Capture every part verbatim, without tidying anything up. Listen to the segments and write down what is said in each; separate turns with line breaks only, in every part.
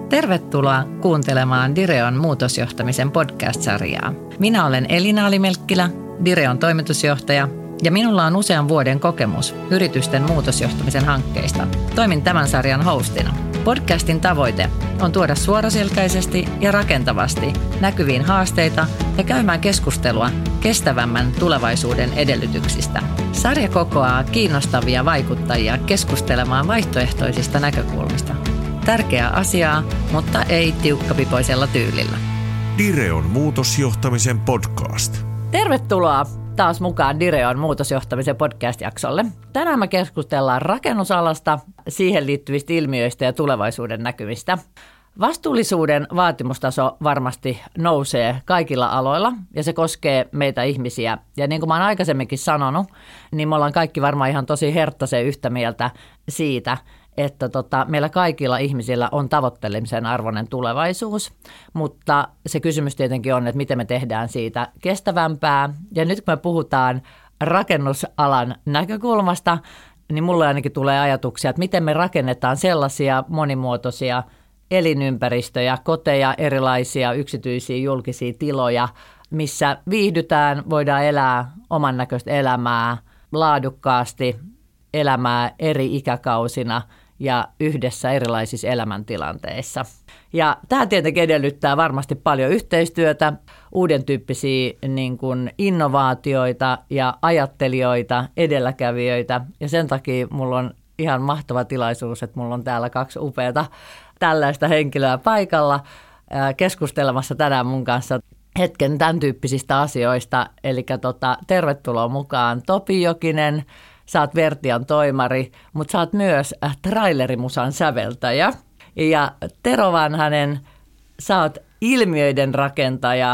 Tervetuloa kuuntelemaan Direon muutosjohtamisen podcast-sarjaa. Minä olen Elina Alimelkkilä, Direon toimitusjohtaja, ja minulla on usean vuoden kokemus yritysten muutosjohtamisen hankkeista. Toimin tämän sarjan hostina. Podcastin tavoite on tuoda suoraselkäisesti ja rakentavasti näkyviin haasteita ja käymään keskustelua kestävämmän tulevaisuuden edellytyksistä. Sarja kokoaa kiinnostavia vaikuttajia keskustelemaan vaihtoehtoisista näkökulmista. Tärkeää asiaa, mutta ei tiukkapipoisella tyylillä.
Direon muutosjohtamisen podcast.
Tervetuloa taas mukaan Direon muutosjohtamisen podcast-jaksolle. Tänään me keskustellaan rakennusalasta, siihen liittyvistä ilmiöistä ja tulevaisuuden näkymistä. Vastuullisuuden vaatimustaso varmasti nousee kaikilla aloilla ja se koskee meitä ihmisiä. Ja niin kuin mä oon aikaisemminkin sanonut, niin me ollaan kaikki varmaan ihan tosi herttaisen yhtä mieltä siitä, että tota, meillä kaikilla ihmisillä on tavoittelemisen arvoinen tulevaisuus, mutta se kysymys tietenkin on, että miten me tehdään siitä kestävämpää. Ja nyt kun me puhutaan rakennusalan näkökulmasta, niin mulle ainakin tulee ajatuksia, että miten me rakennetaan sellaisia monimuotoisia elinympäristöjä, koteja, erilaisia yksityisiä julkisia tiloja, missä viihdytään, voidaan elää oman näköistä elämää, laadukkaasti elämää eri ikäkausina ja yhdessä erilaisissa elämäntilanteissa. Ja tämä tietenkin edellyttää varmasti paljon yhteistyötä, uuden tyyppisiä niin kuin innovaatioita ja ajattelijoita, edelläkävijöitä. Ja sen takia mulla on ihan mahtava tilaisuus, että mulla on täällä kaksi upeata tällaista henkilöä paikalla keskustelemassa tänään mun kanssa hetken tämän tyyppisistä asioista. Eli tota, tervetuloa mukaan Topi Jokinen. Sä oot Vertian toimari, mutta sä oot myös trailerimusan säveltäjä. Ja Tero Vanhanen, sä oot ilmiöiden rakentaja,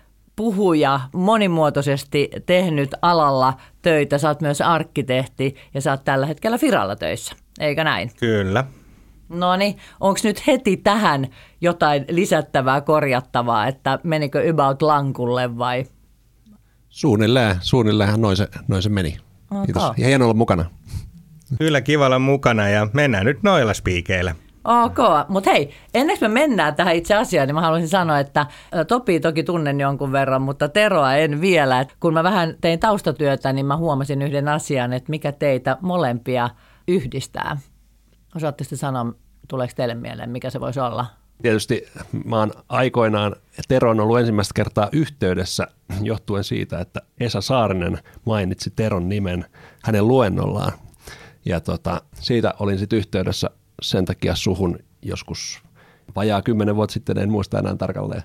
puhuja, monimuotoisesti tehnyt alalla töitä. Sä oot myös arkkitehti ja sä oot tällä hetkellä Firalla töissä, eikö näin?
Kyllä.
No niin, onko nyt heti tähän jotain lisättävää, korjattavaa, että menikö about lankulle vai?
Suunnilleen, suunnilleenhan noin se, noin se meni. Kiitos. Ja hienoa olla mukana.
Kyllä kiva olla mukana ja mennään nyt noilla spiikeillä.
Ok, mutta hei, ennen kuin me mennään tähän itse asiaan, niin mä haluaisin sanoa, että Topi toki tunnen jonkun verran, mutta Teroa en vielä. Kun mä vähän tein taustatyötä, niin mä huomasin yhden asian, että mikä teitä molempia yhdistää. Osaatte sitten sanoa, tuleeko teille mieleen, mikä se voisi olla?
Tietysti mä oon aikoinaan, Tero on ollut ensimmäistä kertaa yhteydessä johtuen siitä, että Esa Saarinen mainitsi Teron nimen hänen luennollaan. Ja tota, siitä olin sitten yhteydessä sen takia suhun joskus vajaa kymmenen vuotta sitten, en muista enää tarkalleen.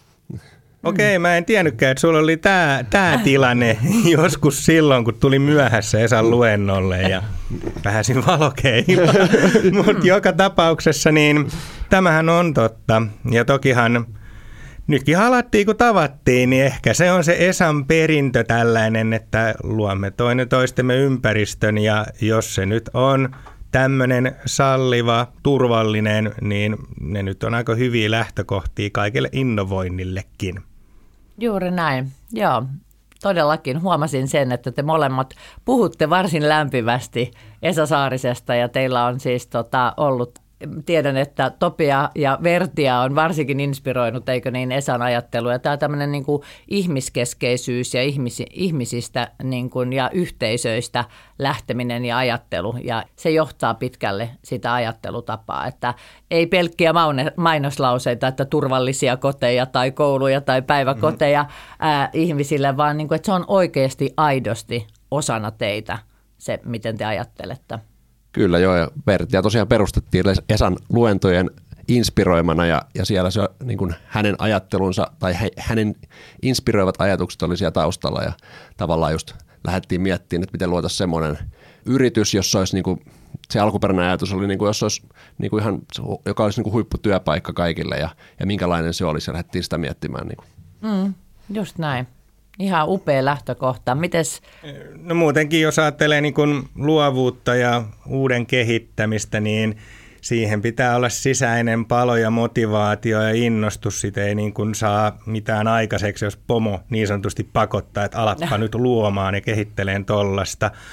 Okei, mä en tiennytkään, että sulla oli tämä tää tilanne joskus silloin, kun tuli myöhässä Esan luennolle ja pääsin valokeimaan. Mutta joka tapauksessa niin tämähän on totta. Ja tokihan nytkin halattiin kun tavattiin, niin ehkä se on se Esan perintö tällainen, että luomme toinen toistemme ympäristön ja jos se nyt on tämmöinen salliva, turvallinen, niin ne nyt on aika hyviä lähtökohtia kaikille innovoinnillekin.
Juuri näin, joo. Todellakin huomasin sen, että te molemmat puhutte varsin lämpimästi Esa Saarisesta ja teillä on siis tota, ollut, tiedän, että Topia ja Vertia on varsinkin inspiroinut, eikö niin, Esan ajattelu. Ja tämä on tämmöinen niin kuin ihmiskeskeisyys ja ihmis, ihmisistä niin kuin, ja yhteisöistä lähteminen ja ajattelu. Ja se johtaa pitkälle sitä ajattelutapaa, että ei pelkkiä mainoslauseita, että turvallisia koteja tai kouluja tai päiväkoteja mm-hmm. ää, ihmisille, vaan niin kuin, että se on oikeasti aidosti osana teitä se, miten te ajattelette.
Kyllä joo, ja Vertia tosiaan perustettiin Esan luentojen inspiroimana ja, ja siellä se niin kuin hänen ajattelunsa tai he, hänen inspiroivat ajatukset oli siellä taustalla ja tavallaan just lähdettiin miettimään, että miten luotaisiin semmoinen yritys, jossa olisi niin kuin, se alkuperäinen ajatus oli, niin kuin, jos olisi niin kuin ihan, joka olisi niin kuin huipputyöpaikka kaikille ja, ja minkälainen se olisi ja lähdettiin sitä miettimään. Niin kuin.
Mm, just näin. Ihan upea lähtökohta. Mites?
No muutenkin, jos ajattelee niin kuin luovuutta ja uuden kehittämistä, niin siihen pitää olla sisäinen palo ja motivaatio ja innostus. Sitä ei niin kuin saa mitään aikaiseksi, jos pomo niin sanotusti pakottaa, että alappa nyt luomaan ja kehitteleen tollasta.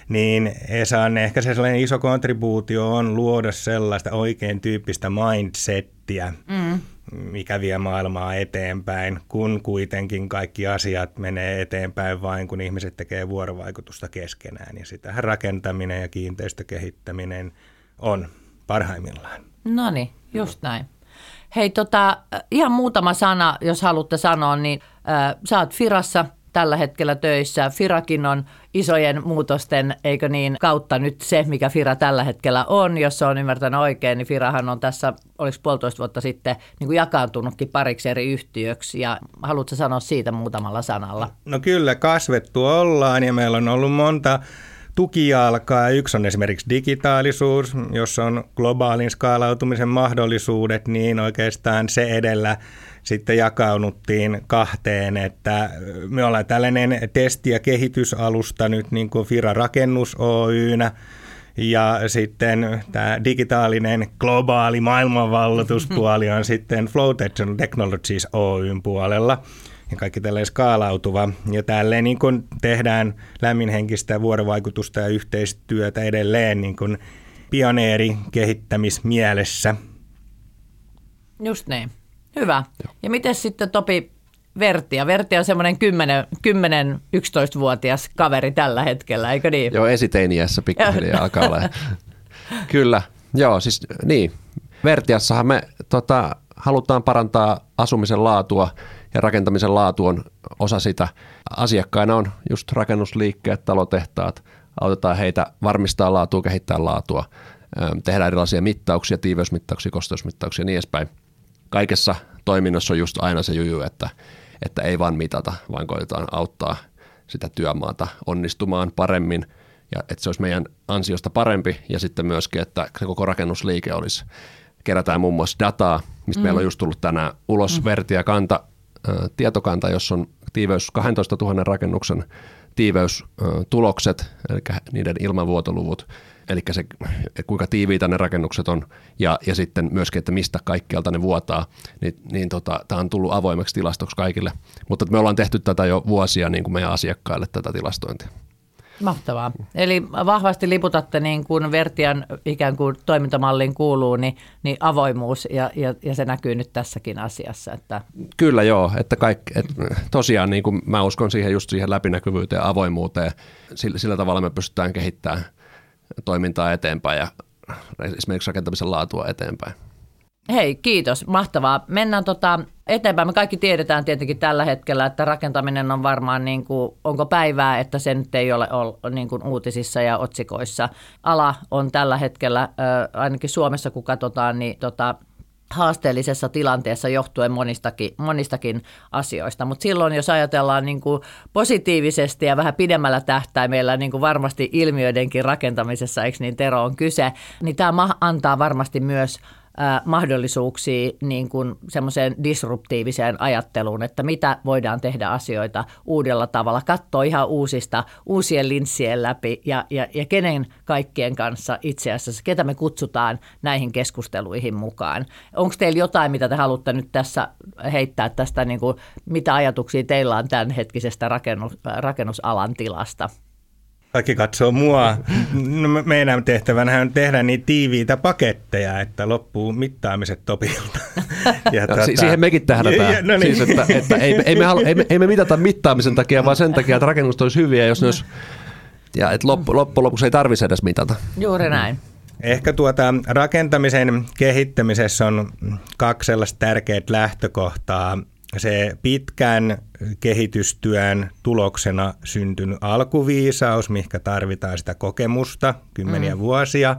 niin Esan ehkä se sellainen iso kontribuutio on luoda sellaista oikein tyyppistä mindsettiä, mm. mikä vie maailmaa eteenpäin, kun kuitenkin kaikki asiat menee eteenpäin vain, kun ihmiset tekee vuorovaikutusta keskenään. Ja sitähän rakentaminen ja kiinteistökehittäminen on parhaimmillaan.
No niin, just näin. Hei, tota, ihan muutama sana, jos haluatte sanoa, niin äh, sä oot Firassa tällä hetkellä töissä. Firakin on isojen muutosten, eikö niin, kautta nyt se, mikä Fira tällä hetkellä on. Jos se on ymmärtänyt oikein, niin Firahan on tässä, oliko puolitoista vuotta sitten, niin kuin jakaantunutkin pariksi eri yhtiöksi. Ja haluatko sanoa siitä muutamalla sanalla?
No kyllä, kasvettu ollaan ja meillä on ollut monta tukijalkaa. Yksi on esimerkiksi digitaalisuus, jossa on globaalin skaalautumisen mahdollisuudet, niin oikeastaan se edellä sitten jakauduttiin kahteen, että me ollaan tällainen testi- ja kehitysalusta nyt niin kuin Fira Rakennus Oynä, ja sitten tämä digitaalinen globaali maailmanvalloituspuoli on sitten Flow Technologies Oyn puolella. Ja kaikki tälleen skaalautuva. Ja tälleen niin kun tehdään lämminhenkistä vuorovaikutusta ja yhteistyötä edelleen niin kun pioneerikehittämismielessä.
Just niin. Hyvä. Joo. Ja miten sitten Topi Vertia? Vertia on semmoinen kymmenen yksitoista-vuotias kaveri tällä hetkellä, eikö niin?
Joo, esiteiniässä pikkuhiljaa alkaa olla. Kyllä. Joo, siis niin. Vertiassahan me tota, halutaan parantaa asumisen laatua ja rakentamisen laatu on osa sitä. Asiakkaina on just rakennusliikkeet, talotehtaat. Autetaan heitä varmistaa laatua, kehittää laatua. Tehdään erilaisia mittauksia, tiiveysmittauksia, kosteusmittauksia ja niin edespäin. Kaikessa toiminnassa on just aina se juju, että, että ei vaan mitata, vaan koitetaan auttaa sitä työmaata onnistumaan paremmin ja että se olisi meidän ansiosta parempi ja sitten myöskin, että se koko rakennusliike olisi. Kerätään muun muassa dataa, mistä mm. meillä on just tullut tänään ulos mm. Vertia kanta, tietokanta, jossa on tiiveys kaksitoistatuhatta rakennuksen tiiveystulokset, eli niiden ilmanvuotoluvut, eli se, kuinka tiiviitä ne rakennukset on, ja, ja sitten myöskin, että mistä kaikkialta ne vuotaa, niin, niin tota, tämä on tullut avoimeksi tilastoksi kaikille. Mutta me ollaan tehty tätä jo vuosia niin kuin meidän asiakkaille tätä tilastointia.
Mahtavaa. Eli vahvasti liputatte niin kuin Vertian ikään kuin toimintamalliin kuuluu, niin, niin avoimuus ja, ja, ja se näkyy nyt tässäkin asiassa. Että.
Kyllä joo, että kaikki, et tosiaan niin kuin mä uskon siihen just siihen läpinäkyvyyteen ja avoimuuteen. Sillä, sillä tavalla me pystytään kehittämään toimintaa eteenpäin ja esimerkiksi rakentamisen laatua eteenpäin.
Hei, kiitos. Mahtavaa. Mennään tota eteenpäin. Me kaikki tiedetään tietenkin tällä hetkellä, että rakentaminen on varmaan, niin kuin, onko päivää, että se nyt ei ole ollut niin kuin uutisissa ja otsikoissa. Ala on tällä hetkellä, äh, ainakin Suomessa kun katsotaan, niin tota, haasteellisessa tilanteessa johtuen monistakin, monistakin asioista. Mutta silloin, jos ajatellaan niin kuin positiivisesti ja vähän pidemmällä tähtäimellä, niin kuin varmasti ilmiöidenkin rakentamisessa, eikö niin Tero on kyse, niin tämä antaa varmasti myös mahdollisuuksia niin kuin semmoiseen disruptiiviseen ajatteluun, että mitä voidaan tehdä asioita uudella tavalla, katsoa ihan uusista, uusien linssien läpi ja, ja, ja kenen kaikkien kanssa itse asiassa, ketä me kutsutaan näihin keskusteluihin mukaan. Onko teillä jotain, mitä te haluatte nyt tässä heittää tästä, niin kuin, mitä ajatuksia teillä on tämänhetkisestä rakennus, rakennusalan tilasta?
Kaikki katsoo mua. No, meidän tehtävänä on tehdä niin tiiviitä paketteja, että loppuu mittaamiset Topilta.
Ja no, tuota, siihen mekin tähdätään. Ja, no niin. Siis, että, että ei, ei, me halu, ei, me, ei me mitata mittaamisen takia, vaan sen takia, että rakennukset olisi hyviä, jos ne olisi, ja että loppu, loppujen lopuksi ei tarvitse edes mitata.
Juuri näin.
Ehkä tuota rakentamisen kehittämisessä on kaksi sellaista tärkeää lähtökohtaa. Se pitkän kehitystyön tuloksena syntynyt alkuviisaus, mihinkä tarvitaan sitä kokemusta kymmeniä mm. vuosia,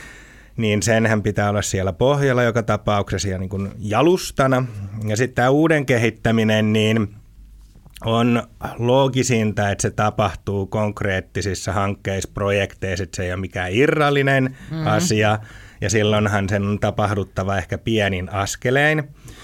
niin senhän pitää olla siellä pohjalla joka tapauksessa ja niin kuin jalustana. Ja sitten tämä uuden kehittäminen, niin on loogisinta, että se tapahtuu konkreettisissa hankkeissa, projekteissa, että se ei ole mikään irrallinen mm. asia, ja silloinhan sen on tapahduttava ehkä pienin askelein.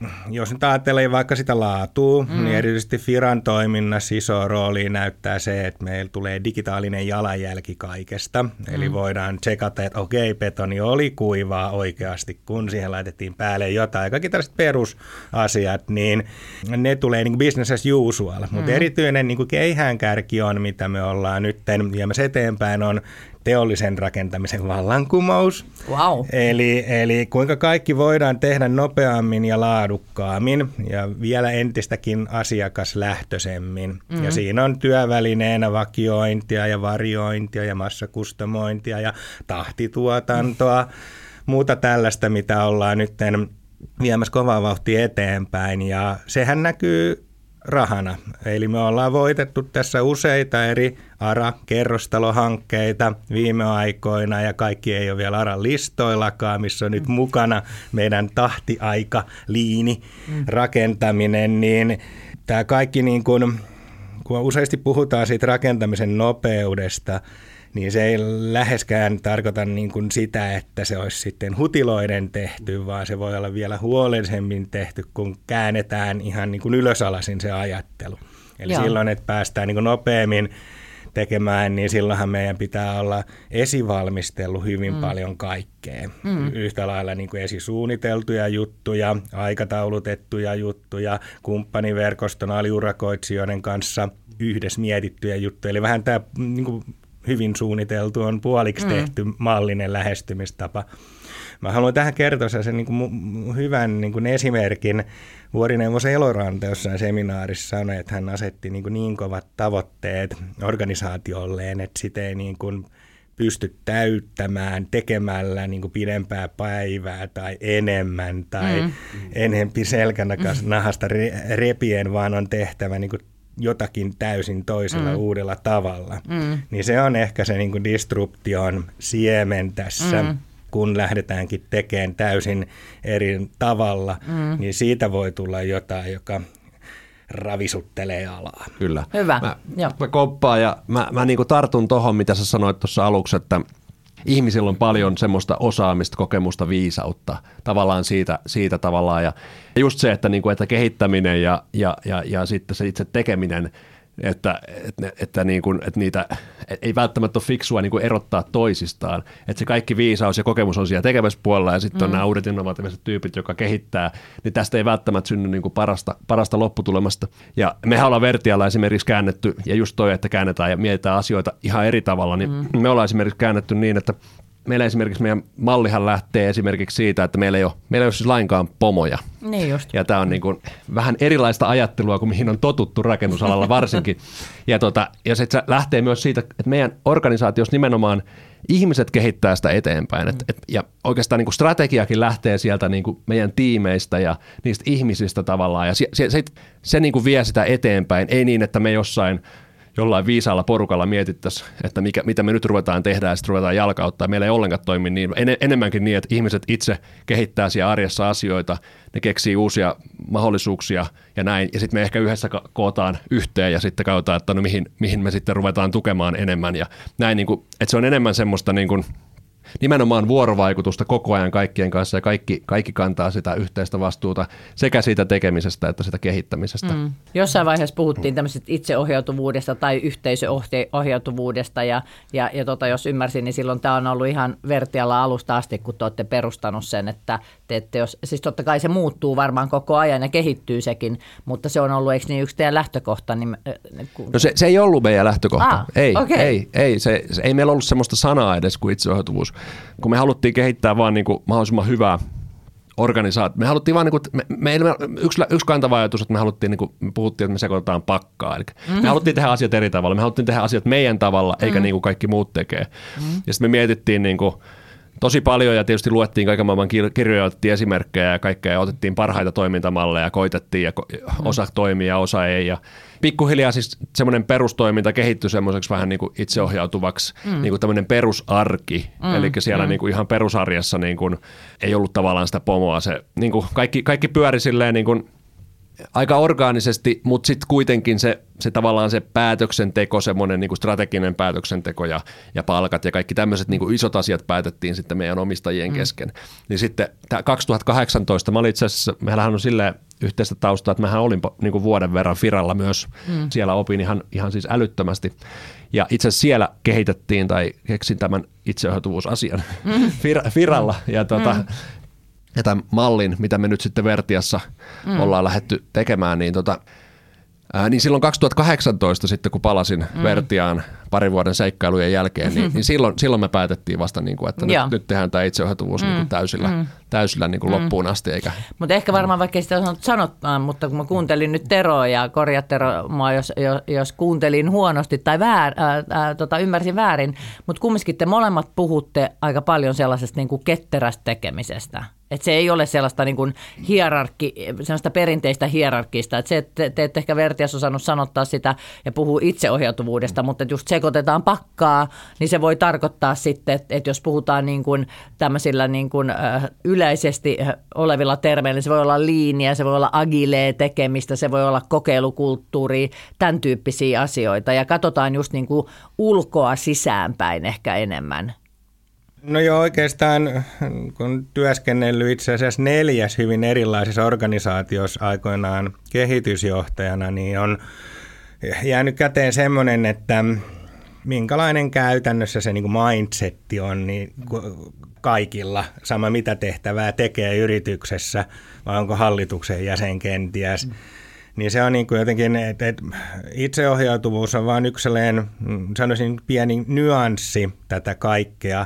jos nyt ajattelee vaikka sitä laatua, mm. niin erityisesti Firan toiminnassa iso rooli näyttää se, että meillä tulee digitaalinen jalanjälki kaikesta. Mm. Eli voidaan tsekata, että okei, betoni oli kuivaa oikeasti, kun siihen laitettiin päälle jotain. Kaikki tällaiset perusasiat, niin ne tulee niin kuin business as usual. Mm. Mutta erityinen niin kuin keihäänkärki on, mitä me ollaan nyt viemässä eteenpäin, on teollisen rakentamisen vallankumous.
Wow.
Eli, eli kuinka kaikki voidaan tehdä nopeammin ja laadukkaammin ja vielä entistäkin asiakaslähtöisemmin. Mm-hmm. Ja siinä on työvälineenä vakiointia ja variointia ja massakustomointia ja tahtituotantoa, mm-hmm. muuta tällaista, mitä ollaan nyt viemässä kovaa vauhtia eteenpäin. Ja sehän näkyy rahana. Eli me ollaan voitettu tässä useita eri A R A-kerrostalohankkeita viime aikoina ja kaikki ei ole vielä A R A listoillakaan, missä on nyt mukana meidän tahtiaika, liini, mm. rakentaminen, niin tämä kaikki niin kuin, kun useasti puhutaan siitä rakentamisen nopeudesta, niin se ei läheskään tarkoita niin kuin sitä, että se olisi sitten hutiloiden tehty, vaan se voi olla vielä huolellisemmin tehty, kun käännetään ihan niin kuin ylösalaisin se ajattelu. Eli Joo. silloin, että päästään niin kuin nopeammin tekemään, niin silloinhan meidän pitää olla esivalmistellut hyvin mm. paljon kaikkea. Mm. Yhtä lailla niin kuin esisuunniteltuja juttuja, aikataulutettuja juttuja, kumppaniverkoston aliurakoitsijoiden kanssa yhdessä mietittyjä juttuja. Eli vähän tämä niin kuin hyvin suunniteltu on puoliksi tehty mm. mallinen lähestymistapa. Mä haluan tähän kertoa sen niin kuin hyvän niin kuin esimerkin. Vuorineuvos Eloranta jossain seminaarissa sanoi, että hän asetti niin, kuin niin kovat tavoitteet organisaatiolleen, että sitä ei niin kuin pysty täyttämään tekemällä niin kuin pidempää päivää tai enemmän tai mm. enempi selkänahasta repien, vaan on tehtävä niin kuin jotakin täysin toisella mm. uudella tavalla. Mm. Niin se on ehkä se niin kuin disruption siemen tässä, mm. kun lähdetäänkin tekemään täysin eri tavalla, mm. niin siitä voi tulla jotain, joka ravisuttelee alaa.
Kyllä.
Hyvä.
Mä, mä komppaan ja mä, mä niin kuin tartun tuohon, mitä sä sanoit tuossa aluksi, että ihmisillä on paljon semmoista osaamista, kokemusta, viisautta tavallaan siitä, siitä tavallaan. Ja just se, että, niin kuin, että kehittäminen ja, ja, ja, ja sitten se itse tekeminen, että, että, että, niin kuin, että niitä ei välttämättä ole fiksua niin kuin erottaa toisistaan. Että se kaikki viisaus ja kokemus on siellä tekemässä puolella ja sitten mm. on nämä uudet innovatiiviset tyypit, jotka kehittää, niin tästä ei välttämättä synny niin kuin parasta, parasta lopputulemasta. Ja mehän ollaan Vertialla esimerkiksi käännetty, ja just toi, että käännetään ja mietitään asioita ihan eri tavalla, niin mm. me ollaan esimerkiksi käännetty niin, että meillä esimerkiksi meidän mallihan lähtee esimerkiksi siitä, että meillä ei ole, meillä ei ole siis lainkaan pomoja.
Niin just.
Ja tämä on niin kuin vähän erilaista ajattelua kuin mihin on totuttu rakennusalalla varsinkin. Ja, tota, ja se lähtee myös siitä, että meidän organisaatiossa nimenomaan ihmiset kehittää sitä eteenpäin. Et, et, ja oikeastaan niin kuin strategiakin lähtee sieltä niin kuin meidän tiimeistä ja niistä ihmisistä tavallaan. Ja se, se, se, se niin kuin vie sitä eteenpäin, ei niin, että me jossain jollain viisaalla porukalla mietittäisiin, että mikä, mitä me nyt ruvetaan tehdä ja sitten ruvetaan jalkauttaa. Meillä ei ollenkaan toimi niin. En, enemmänkin niin, että ihmiset itse kehittää siellä arjessa asioita, ne keksii uusia mahdollisuuksia ja näin. Ja sitten me ehkä yhdessä kootaan yhteen ja sitten katsotaan, että no mihin, mihin me sitten ruvetaan tukemaan enemmän. Ja näin, niin kuin, että se on enemmän semmoista niin kuin nimenomaan vuorovaikutusta koko ajan kaikkien kanssa ja kaikki, kaikki kantaa sitä yhteistä vastuuta sekä siitä tekemisestä että sitä kehittämisestä. Mm.
Jossain vaiheessa puhuttiin tämmöisestä itseohjautuvuudesta tai yhteisöohjautuvuudesta ja, ja, ja tota, jos ymmärsin, niin silloin tämä on ollut ihan Vertialla alusta asti, kun te olette perustanut sen, että te ette jos, siis totta kai se muuttuu varmaan koko ajan ja kehittyy sekin, mutta se on ollut, eikö niin yksi teidän lähtökohta? Niin, kun...
No se, se ei ollut meidän lähtökohta.
Ah,
ei,
okay.
ei, ei, se, se, ei meillä ollut semmoista sanaa edes kuin itseohjautuvuus. Kun me haluttiin kehittää vaan niin kuin mahdollisimman hyvää organisaatiota. Me haluttiin vaan, niin kuin, me, meillä yksi, yksi kantava ajatus, että me haluttiin, niin kuin, me puhuttiin, että me sekoitetaan pakkaa. Eli mm-hmm. me haluttiin tehdä asiat eri tavalla. Me haluttiin tehdä asiat meidän tavalla, eikä mm-hmm. niin kuin kaikki muut tekee. Mm-hmm. Ja sitten me mietittiin niin kuin tosi paljon ja tietysti luettiin kaiken maailman kirjoja, otettiin esimerkkejä ja kaikkea ja otettiin parhaita toimintamalleja, koitettiin ja osa toimii ja osa ei. Ja pikkuhiljaa siis semmoinen perustoiminta kehittyi semmoiseksi vähän niin kuin itseohjautuvaksi, mm. niin kuin tämmöinen perusarki. Mm. Eli siellä mm. niin kuin ihan perusarjessa niin kuin ei ollut tavallaan sitä pomoa. Se, niin kuin kaikki, kaikki pyöri silleen niin kuin aika orgaanisesti, mutta sitten kuitenkin se, se tavallaan se päätöksenteko, semmoinen niin kuin strateginen päätöksenteko ja, ja palkat ja kaikki tämmöiset niin kuin isot asiat päätettiin sitten meidän omistajien mm. kesken. Niin sitten kaksituhattakahdeksantoista, mä olin itse asiassa, meillähän on silleen yhteistä taustaa, että mähän olin niin kuin vuoden verran Firalla myös, mm. siellä opin ihan, ihan siis älyttömästi. Ja itse asiassa siellä kehitettiin tai keksin tämän itseohjautuvuusasian mm. Fir, Firalla ja tuota, mm. ja tämän mallin, mitä me nyt sitten Vertiassa mm. ollaan lähdetty tekemään, niin, tota, ää, niin silloin kaksituhattakahdeksantoista sitten, kun palasin mm. Vertiaan parin vuoden seikkailujen jälkeen, niin, niin silloin, silloin me päätettiin vasta, niin kuin, että nyt, nyt tehdään tämä itseohjautuvuus mm. niin kuin täysillä, mm. täysillä niin kuin mm. loppuun asti. Eikä...
Mutta ehkä varmaan vaikka ei sitä sanottaa, mutta kun mä kuuntelin nyt Teroa ja korjaa Tero mua, jos, jos kuuntelin huonosti tai väär, ää, ää, tota, ymmärsin väärin, mutta kumminkin te molemmat puhutte aika paljon sellaisesta niin kuin ketterästä tekemisestä. Että se ei ole sellaista niin kuin hierarki, sellaista perinteistä hierarkista. Että se, että te ette ehkä Vertiassa osannut sanottaa sitä ja puhua itseohjautuvuudesta, mutta just sekoitetaan pakkaa, niin se voi tarkoittaa sitten, että, että jos puhutaan niin kuin tämmöisillä niin kuin, äh, yleisesti olevilla termeillä, niin se voi olla liiniä, se voi olla agilee tekemistä, se voi olla kokeilukulttuuria, tämän tyyppisiä asioita. Ja katsotaan just niin kuin ulkoa sisäänpäin ehkä enemmän.
No joo, oikeastaan kun työskennellyt itse asiassa neljäs hyvin erilaisissa organisaatioissa aikoinaan kehitysjohtajana, niin on jäänyt käteen semmoinen, että minkälainen käytännössä se niin kuin mindsetti on niin kaikilla, sama mitä tehtävää tekee yrityksessä, vai onko hallituksen jäsen kenties. Mm. Niin se on niin kuin jotenkin, että itseohjautuvuus on vain yksi sellainen, sanoisin pieni nyanssi tätä kaikkea.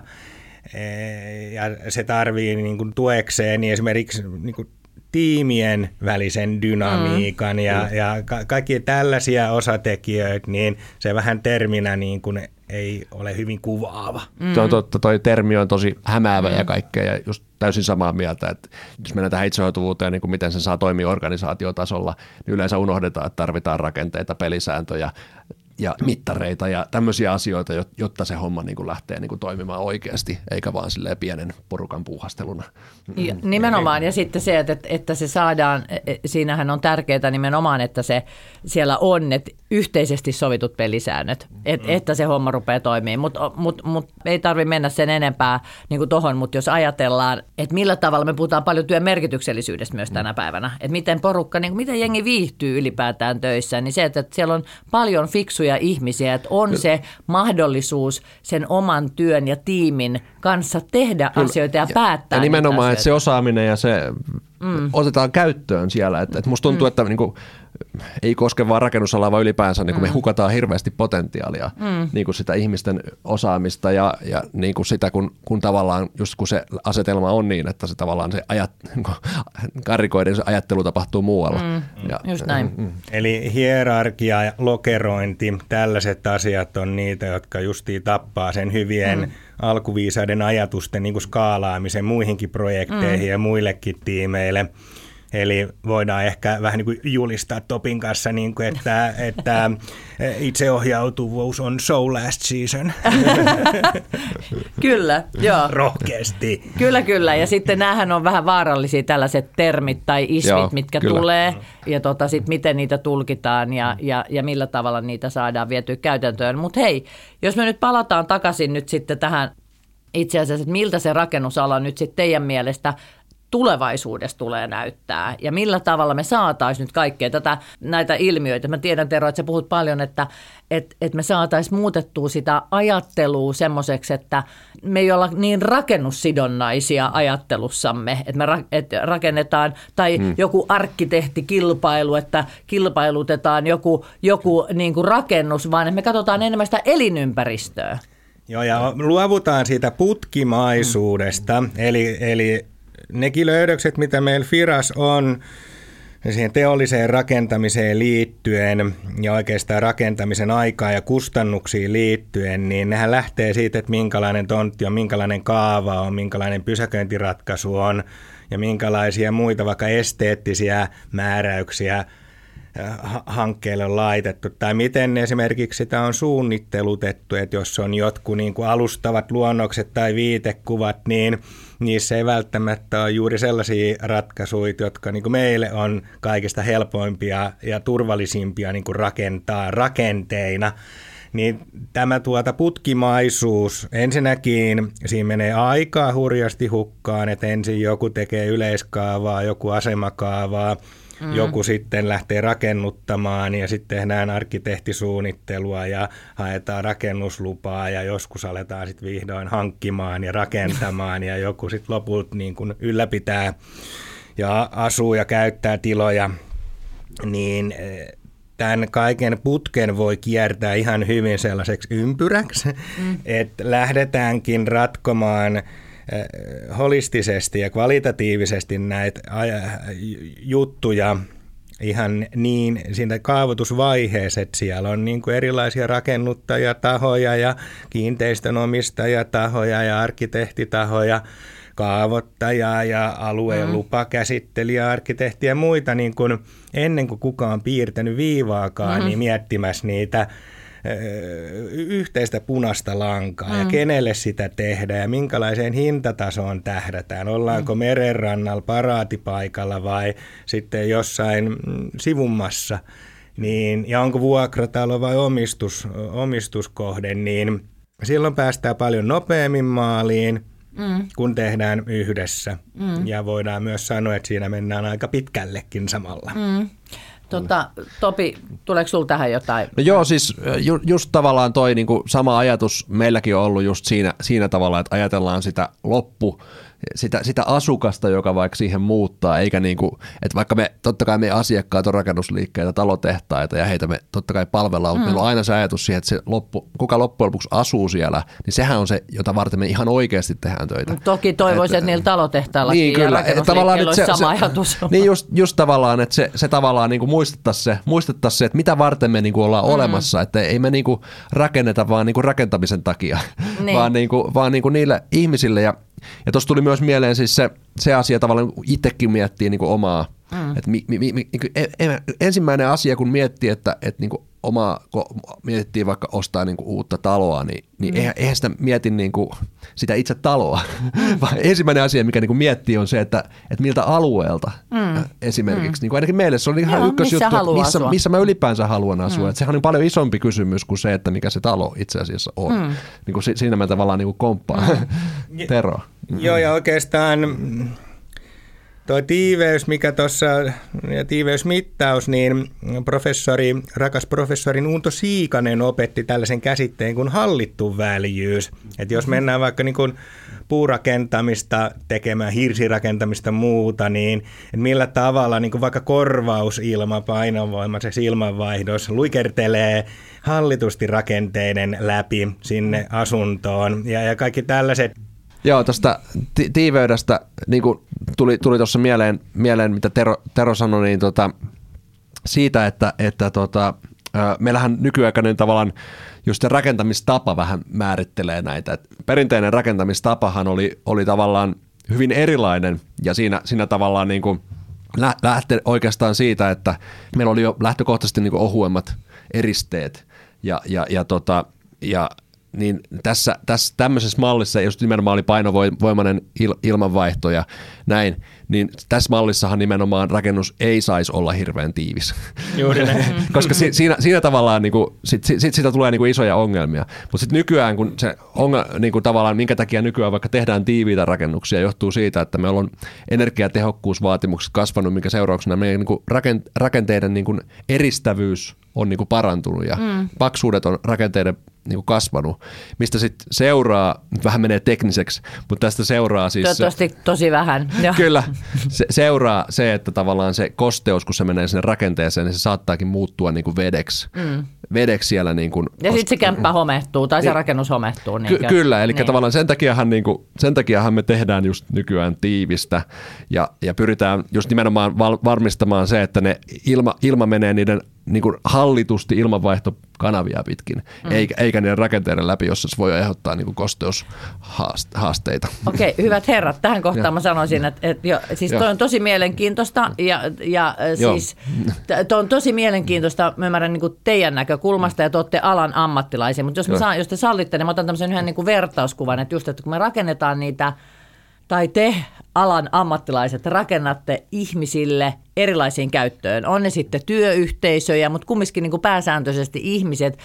Ja se tarvii niin kuin tuekseen niin esimerkiksi niin kuin tiimien välisen dynamiikan mm. ja, ja ka- kaikki tällaisia osatekijöitä, niin se vähän terminä niin kuin ei ole hyvin kuvaava.
Mm. Se on totta, toi termi on tosi hämäävä mm. ja kaikkea ja just täysin samaa mieltä, että jos mennään tähän itseohjautuvuuteen, niin kuin miten se saa toimia organisaatiotasolla, niin yleensä unohdetaan, että tarvitaan rakenteita, pelisääntöjä ja mittareita ja tämmöisiä asioita, jotta se homma niin kuin lähtee niin kuin toimimaan oikeasti, eikä vaan silleen pienen porukan puuhasteluna.
Ja, nimenomaan, ja sitten se, että, että se saadaan, siinähän on tärkeää nimenomaan, että se siellä on, että yhteisesti sovitut pelisäännöt, että, että se homma rupeaa toimimaan, mutta mut, mut, ei tarvitse mennä sen enempää niin kuin tohon, mutta jos ajatellaan, että millä tavalla me puhutaan paljon työn merkityksellisyydestä myös tänä päivänä, että miten porukka, niin kuin miten jengi viihtyy ylipäätään töissä, niin se, että siellä on paljon fiksuja ihmisiä, että on se mahdollisuus sen oman työn ja tiimin kanssa tehdä Kyllä. asioita ja, ja päättää.
Ja nimenomaan, että se osaaminen ja se mm. otetaan käyttöön siellä. Että, että musta tuntuu, mm. että niin kuin, ei koske vaan rakennusalaa, vaan ylipäänsä niin kuin mm. me hukataan hirveästi potentiaalia, mm. niin kuin sitä ihmisten osaamista ja, ja niin kuin sitä, kun, kun tavallaan just kun se asetelma on niin, että se tavallaan se ajat, karrikoiden se ajattelu tapahtuu muualla.
Mm. Ja, just näin. Mm.
Eli hierarkia ja lokerointi, tällaiset asiat on niitä, jotka justiin tappaa sen hyvien mm. alkuviisaiden ajatusten niin kuin skaalaamisen muihinkin projekteihin mm. ja muillekin tiimeille. Eli voidaan ehkä vähän niin kuin julistaa Topin kanssa, niin kuin, että, että itseohjautuvuus on so last season.
Kyllä, joo.
Rohkeasti.
Kyllä, kyllä. Ja sitten näähän on vähän vaarallisia tällaiset termit tai ismit, joo, mitkä kyllä. tulee. Ja tota, sitten miten niitä tulkitaan ja, ja, ja millä tavalla niitä saadaan vietyä käytäntöön. Mutta hei, jos me nyt palataan takaisin nyt sitten tähän itse asiassa, että miltä se rakennusala nyt sitten teidän mielestä tulevaisuudessa tulee näyttää ja millä tavalla me saataisiin nyt kaikkea tätä, näitä ilmiöitä. Mä tiedän, Tero, että sä puhut paljon, että, että, että me saataisiin muutettua sitä ajattelua semmoiseksi, että me ei olla niin rakennussidonnaisia ajattelussamme, että me ra, että rakennetaan tai hmm. joku arkkitehtikilpailu, että kilpailutetaan joku, joku niin kuin rakennus, vaan että me katsotaan enemmän sitä elinympäristöä.
Joo, ja luovutaan siitä putkimaisuudesta, hmm. eli, eli nekin löydökset, mitä meillä Firas on siihen teolliseen rakentamiseen liittyen ja oikeastaan rakentamisen aikaan ja kustannuksiin liittyen, niin nehän lähtee siitä, että minkälainen tontti on, minkälainen kaava on, minkälainen pysäköintiratkaisu on ja minkälaisia muita vaikka esteettisiä määräyksiä hankkeelle on laitettu, tai miten esimerkiksi sitä on suunnittelutettu, että jos on jotkut niin kuin alustavat luonnokset tai viitekuvat, niin niissä ei välttämättä ole juuri sellaisia ratkaisuja, jotka niin kuin meille on kaikista helpoimpia ja turvallisimpia niin kuin rakentaa rakenteina. Niin tämä tuota putkimaisuus, ensinnäkin siinä menee aikaa hurjasti hukkaan, että ensin joku tekee yleiskaavaa, joku asemakaavaa, mm. joku sitten lähtee rakennuttamaan ja sitten tehdään arkkitehtisuunnittelua ja haetaan rakennuslupaa ja joskus aletaan sitten vihdoin hankkimaan ja rakentamaan ja joku sitten lopulta niin kuin ylläpitää ja asuu ja käyttää tiloja, niin tämän kaiken putken voi kiertää ihan hyvin sellaiseksi ympyräksi, mm. että lähdetäänkin ratkomaan holistisesti ja kvalitatiivisesti näitä juttuja ihan niin siinä kaavoitusvaiheessa, että siellä on niin kuin erilaisia rakennuttajatahoja ja kiinteistönomistajatahoja ja arkkitehtitahoja, kaavoittajaa ja alueen mm. lupakäsittelijä, arkkitehtiä ja muita, niin kuin ennen kuin kukaan on piirtänyt viivaakaan, mm-hmm. niin miettimässä niitä ö, yhteistä punaista lankaa mm. ja kenelle sitä tehdään ja minkälaiseen hintatasoon tähdätään. Ollaanko mm. merenrannalla, paraatipaikalla vai sitten jossain sivummassa, niin, ja onko vuokratalo vai omistus, omistuskohde, niin silloin päästään paljon nopeammin maaliin, Mm. kun tehdään yhdessä. Mm. Ja voidaan myös sanoa, että siinä mennään aika pitkällekin samalla. Mm.
Tota, Topi, tuleeko sinulla tähän jotain?
No joo, siis ju, just tavallaan toi niinku sama ajatus meilläkin on ollut just siinä, siinä tavalla, että ajatellaan sitä loppu, sitä, sitä asukasta, joka vaikka siihen muuttaa, eikä niinku, että vaikka me, totta kai me asiakkaat on rakennusliikkeitä, talotehtaita ja heitä me totta kai palvellaan, mm. mutta meillä on aina se ajatus siihen, että se loppu, kuka loppujen lopuksi asuu siellä, niin sehän on se, jota varten me ihan oikeasti tehdään töitä.
Toki toivoisin, että niillä talotehtaillakin niin, ja rakennusliikkeillä olisi sama se, ajatus.
Niin just, just tavallaan, että se, se tavallaan niinku muistettaisiin se, muistettaisiin se, että mitä varten me niinku ollaan mm. olemassa, että ei me niinku rakenneta vaan niinku rakentamisen takia, niin. vaan, niinku, vaan niinku niille ihmisille. Ja, ja tuossa tuli myös mieleen siis se, se asia tavallaan, kun itsekin miettii niinku omaa, mm. että mi, mi, mi, niinku, ensimmäinen asia, kun miettii, että, että niinku omaa, kun mietittiin vaikka ostaa niinku uutta taloa, niin, niin mm. eihän, eihän sitä mieti niinku sitä itse taloa, vaan ensimmäinen asia, mikä niinku miettii, on se, että, että miltä alueelta mm. esimerkiksi. Mm. Niin ainakin meille se oli ihan Joo, ykkösjuttu, missä, missä, missä mä ylipäänsä haluan asua. Mm. Että sehän on paljon isompi kysymys kuin se, että mikä se talo itse asiassa on. Mm. Niin kuin siinä mä tavallaan niinku komppaan mm. Tero. Mm.
Joo, ja oikeastaan tuo tiiveys, mikä tuossa, ja tiiveysmittaus, niin professori, rakas professori Unto Siikanen opetti tällaisen käsitteen kuin hallittu väljyys. Että jos mennään vaikka niin kuin puurakentamista tekemään, hirsirakentamista muuta, niin millä tavalla niin kuin vaikka korvausilma, painovoimaiseksi ilmanvaihdossa luikertelee hallitusti rakenteiden läpi sinne asuntoon ja, ja kaikki tällaiset.
Joo, tuosta ti- tiiveydestä niin kuin tuli, tuli tuossa mieleen, mieleen, mitä Tero, Tero sanoi, niin tota, siitä, että, että tota, meillähän nykyaikainen tavallaan just se rakentamistapa vähän määrittelee näitä. Et perinteinen rakentamistapahan oli, oli tavallaan hyvin erilainen ja siinä, siinä tavallaan niin kuin lähtee oikeastaan siitä, että meillä oli jo lähtökohtaisesti niin kuin ohuemmat eristeet ja, ja, ja, tota, ja niin tässä, tässä tämmöisessä mallissa, jos nimenomaan oli painovoimainen il, ilmanvaihto ja näin, niin tässä mallissahan nimenomaan rakennus ei saisi olla hirveän tiivis.
Juuri näin.
Koska si, siinä, siinä tavallaan niinku, sit, sit, sit sitä tulee niinku isoja ongelmia. Mutta sitten nykyään, kun se ongel, niinku tavallaan, minkä takia nykyään vaikka tehdään tiiviitä rakennuksia, johtuu siitä, että meillä on energiatehokkuusvaatimukset kasvanut, minkä seurauksena meidän niinku rakenteiden niinku eristävyys on niinku parantunut ja mm. paksuudet on rakenteiden niinku kasvanut, mistä sitten seuraa, vähän menee tekniseksi, mutta tästä seuraa siis...
Toivottavasti tosi vähän.
Kyllä, se, seuraa se, että tavallaan se kosteus, kun se menee sinne rakenteeseen, niin se saattaakin muuttua niinku vedeksi. Mm. Vedeksi siellä niin kuin...
Ja sitten se kämppä homehtuu tai se niin, rakennus homehtuu. Niin
ky- kyllä, eli niin. tavallaan sen takiahan, niin kuin, sen takiahan me tehdään just nykyään tiivistä ja, ja pyritään just nimenomaan val- varmistamaan se, että ne ilma, ilma menee niiden niin kuin hallitusti ilmanvaihtokanavia pitkin, mm. eikä, eikä niiden rakenteiden läpi, jossa se voi aiheuttaa niin kuin kosteushaasteita.
Okei, hyvät herrat, tähän kohtaan mä sanoisin, että, että jo, siis toi on tosi mielenkiintoista ja, ja siis toi on tosi mielenkiintoista, mä ymmärrän niin kuin teidän näkökulmasta ja te olette alan ammattilaisia, mutta jos, saan, jos te sallitte, niin mä otan tämmöisen yhden niin kuin vertauskuvan, että just, että kun me rakennetaan niitä, tai te alan ammattilaiset rakennatte ihmisille erilaisiin käyttöön. On ne sitten työyhteisöjä, mutta kumminkin niin kuin pääsääntöisesti ihmiset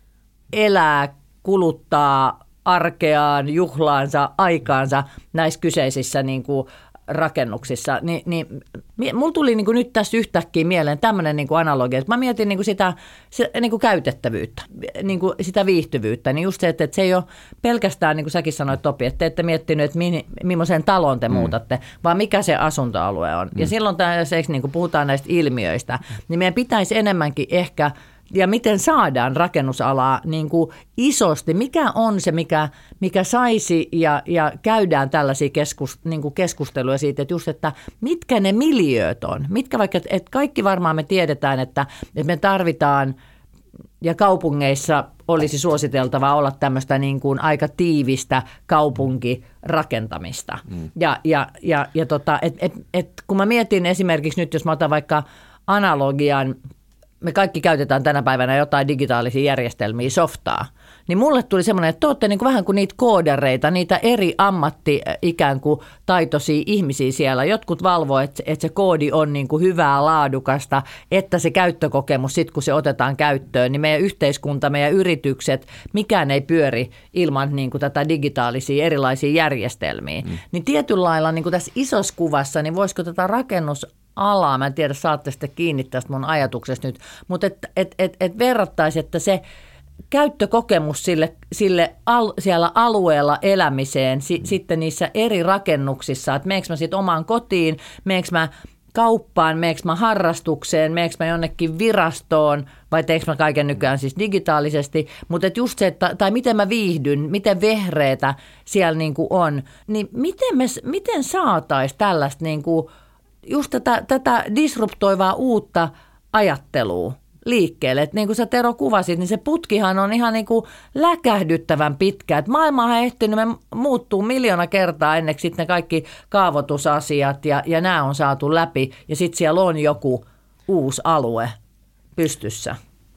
elää, kuluttaa arkeaan, juhlaansa, aikaansa näissä kyseisissä niin kuin rakennuksissa. Ni, niin, mulla tuli niin kuin nyt tässä yhtäkkiä mieleen tämmöinen niin kuin analogia, että mä mietin niin kuin sitä, sitä niin kuin käytettävyyttä, niin kuin sitä viihtyvyyttä, niin just se, että, että se ei ole pelkästään, niin kuin säkin sanoit Topi, että te ette miettinyt, että mi, millaiseen taloon te mm. muutatte, vaan mikä se asuntoalue on. Mm. Ja silloin tässä, niin kuin puhutaan näistä ilmiöistä, niin meidän pitäisi enemmänkin ehkä ja miten saadaan rakennusalaa niin kuin isosti, mikä on se, mikä, mikä saisi ja, ja käydään tällaisia keskus, niin kuin keskusteluja siitä, että just, että mitkä ne miljööt on, mitkä vaikka, että kaikki varmaan me tiedetään, että, että me tarvitaan ja kaupungeissa olisi suositeltavaa olla tämmöistä niin kuin aika tiivistä kaupunkirakentamista. Mm. Ja, ja, ja, ja tota, et, et, et, kun mä mietin esimerkiksi nyt, jos mä otan vaikka analogian, me kaikki käytetään tänä päivänä jotain digitaalisia järjestelmiä, softaa, niin mulle tuli semmoinen, että te olette niin kuin vähän kuin niitä koodareita, niitä eri ammatti ikään kuin taitoisia ihmisiä siellä. Jotkut valvoo, että, että se koodi on niin kuin hyvää, laadukasta, että se käyttökokemus sitten kun se otetaan käyttöön, niin meidän yhteiskunta, meidän yritykset, mikään ei pyöri ilman niin kuin tätä digitaalisia erilaisia järjestelmiä. Mm. Niin tietyllä lailla niin kuin tässä isossa kuvassa, niin voisiko tätä rakennus alaa, mä en tiedä, saatte sitten kiinni tästä mun ajatuksesta nyt, mutta että et, et, et verrattaisiin, että se käyttökokemus sille, sille al, siellä alueella elämiseen, si, sitten niissä eri rakennuksissa, että meneekö mä sitten omaan kotiin, meneekö mä kauppaan, meneekö mä harrastukseen, meneekö mä jonnekin virastoon vai teekö mä kaiken nykyään siis digitaalisesti, mutta et just se, että, tai miten mä viihdyn, miten vehreätä siellä niin kuin on, niin miten, me, miten saataisiin tällaista niin kuin just tätä, tätä disruptoivaa uutta ajattelua liikkeelle. Et niin kuin sä Tero kuvasit, niin se putkihan on ihan niin kuin läkähdyttävän pitkä. Et maailmahan on ehtinyt me muuttuu miljoona kertaa ennen kuin sitten ne kaikki kaavoitusasiat ja, ja nämä on saatu läpi. Ja sitten siellä on joku uusi alue pystyssä.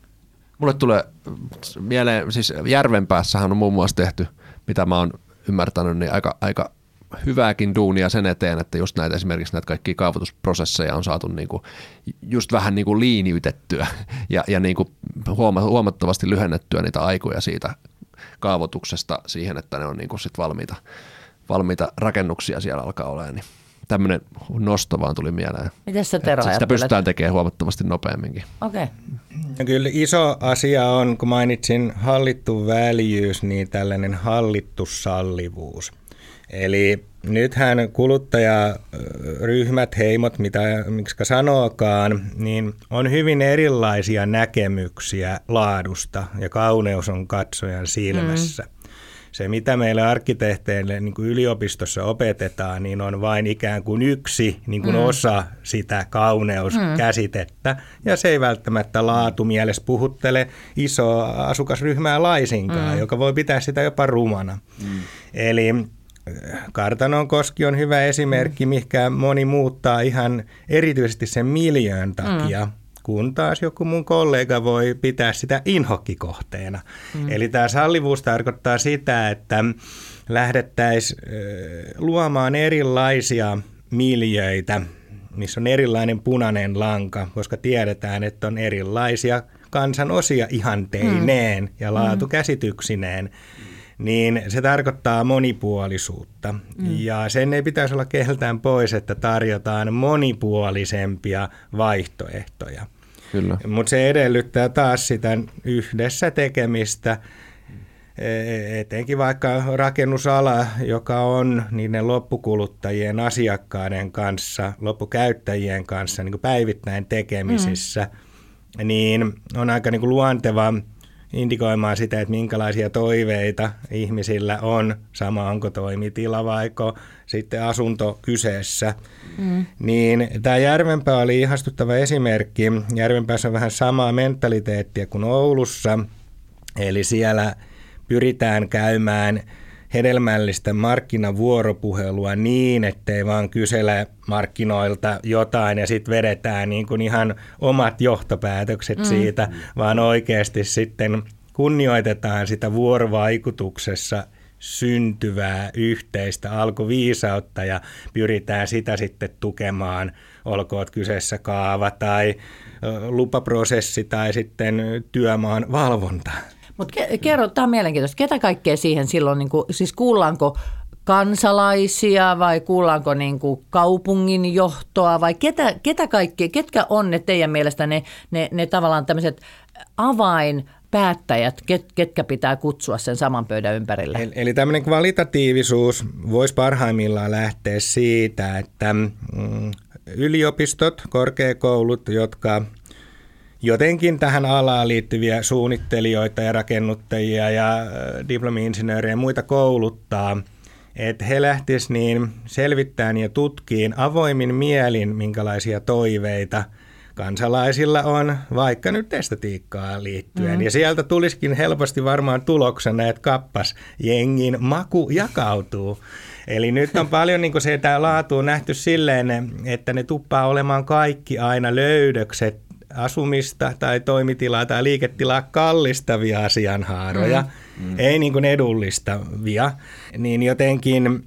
Mulle tulee mieleen, siis Järvenpäässähän on muun muassa tehty, mitä mä oon ymmärtänyt, niin aika, aika hyvääkin duunia sen eteen, että just näitä esimerkiksi näitä kaikkia kaavoitusprosesseja on saatu niinku just vähän niinku liiniytettyä ja, ja niinku huomattavasti lyhennettyä niitä aikoja siitä kaavoituksesta siihen, että ne on niinku sit valmiita, valmiita rakennuksia siellä alkaa olemaan. Niin tämmöinen nosto vaan tuli mieleen.
Miten sä Tero
sitä pystytään tekemään huomattavasti nopeamminkin.
Okei.
Okay. Kyllä iso asia on, kun mainitsin hallittu väljyys, niin tällainen hallittu sallivuus. Eli nythän kuluttajaryhmät, heimot, mitä miksi sanookaan, niin on hyvin erilaisia näkemyksiä laadusta ja kauneus on katsojan silmässä. Mm. Se, mitä meille arkkitehteille niin kuin yliopistossa opetetaan, niin on vain ikään kuin yksi niin kuin mm. osa sitä kauneuskäsitettä. Mm. Ja se ei välttämättä laatumielessä puhuttele isoa asukasryhmää laisinkaan, mm. joka voi pitää sitä jopa rumana. Mm. Eli Kartanonkoski on hyvä esimerkki, mihinkä moni muuttaa ihan erityisesti sen miljöön takia, mm. kun taas joku mun kollega voi pitää sitä inhokkikohteena. Mm. Eli tämä sallivuus tarkoittaa sitä, että lähdettäisiin luomaan erilaisia miljöitä, missä on erilainen punainen lanka, koska tiedetään, että on erilaisia kansanosia ihanteineen mm. ja laatukäsityksineen. Niin se tarkoittaa monipuolisuutta mm. ja sen ei pitäisi olla keltään pois, että tarjotaan monipuolisempia vaihtoehtoja. Mutta se edellyttää taas sitä yhdessä tekemistä, etenkin vaikka rakennusala, joka on niiden loppukuluttajien, asiakkaiden kanssa, loppukäyttäjien kanssa niin kuin päivittäin tekemisissä, mm. niin on aika niin kuin luonteva indikoimaan sitä, että minkälaisia toiveita ihmisillä on, sama onko toimitila vaiko sitten asunto kyseessä. Mm. Niin tämä Järvenpää oli ihastuttava esimerkki. Järvenpäässä on vähän samaa mentaliteettia kuin Oulussa, eli siellä pyritään käymään hedelmällistä markkinavuoropuhelua niin, ettei vaan kysele markkinoilta jotain ja sitten vedetään niin kuin ihan omat johtopäätökset mm. siitä, vaan oikeasti sitten kunnioitetaan sitä vuorovaikutuksessa syntyvää yhteistä alkuviisautta ja pyritään sitä sitten tukemaan, olkoon kyseessä kaava tai lupaprosessi tai sitten työmaan valvonta.
Mutta kerro, tämä on mielenkiintoista, ketä kaikkea siihen silloin, niin kuin, siis kuullaanko kansalaisia vai kuullaanko niin kuin kaupungin johtoa vai ketä, ketä kaikkea, ketkä on ne teidän mielestä ne, ne, ne tavallaan tämmöiset avainpäättäjät, ket, ketkä pitää kutsua sen saman pöydän ympärille?
Eli, eli tämmöinen kvalitatiivisuus voisi parhaimmillaan lähteä siitä, että mm, yliopistot, korkeakoulut, jotka jotenkin tähän alaan liittyviä suunnittelijoita ja rakennuttajia ja diplomi-insinöörejä ja muita kouluttaa, että he lähtisivät niin selvittämään ja tutkiin avoimin mielin, minkälaisia toiveita kansalaisilla on, vaikka nyt estetiikkaan liittyen. Mm. Ja sieltä tulisikin helposti varmaan tuloksena, että kappas, jengin maku jakautuu. Eli nyt on paljon niin kuin se, että laatu on nähty silleen, että ne tuppaa olemaan kaikki aina löydökset, asumista tai toimitilaa tai liiketilaa kallistavia asianhaaroja, mm. Mm. ei niin kuin edullistavia, niin jotenkin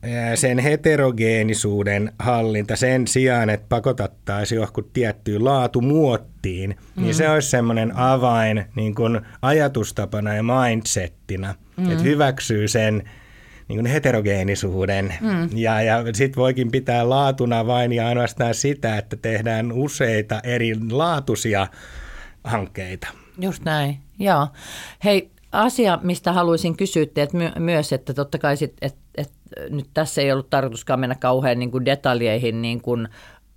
sen heterogeenisuuden hallinta sen sijaan, että pakotattaisiin johonkin tiettyyn laatumuottiin, mm. niin se olisi semmoinen avain niin kuin ajatustapana ja mindsettinä, mm. että hyväksyy sen niin kuin heterogeenisuuden. Mm. Ja, ja sitten voikin pitää laatuna vain ja ainoastaan sitä, että tehdään useita erilaatuisia hankkeita.
Just näin, joo. Hei, asia, mistä haluaisin kysyä teet my- myös, että totta kai sit, et, et, nyt tässä ei ollut tarkoituskaan mennä kauhean niin kuin detaljeihin niin kuin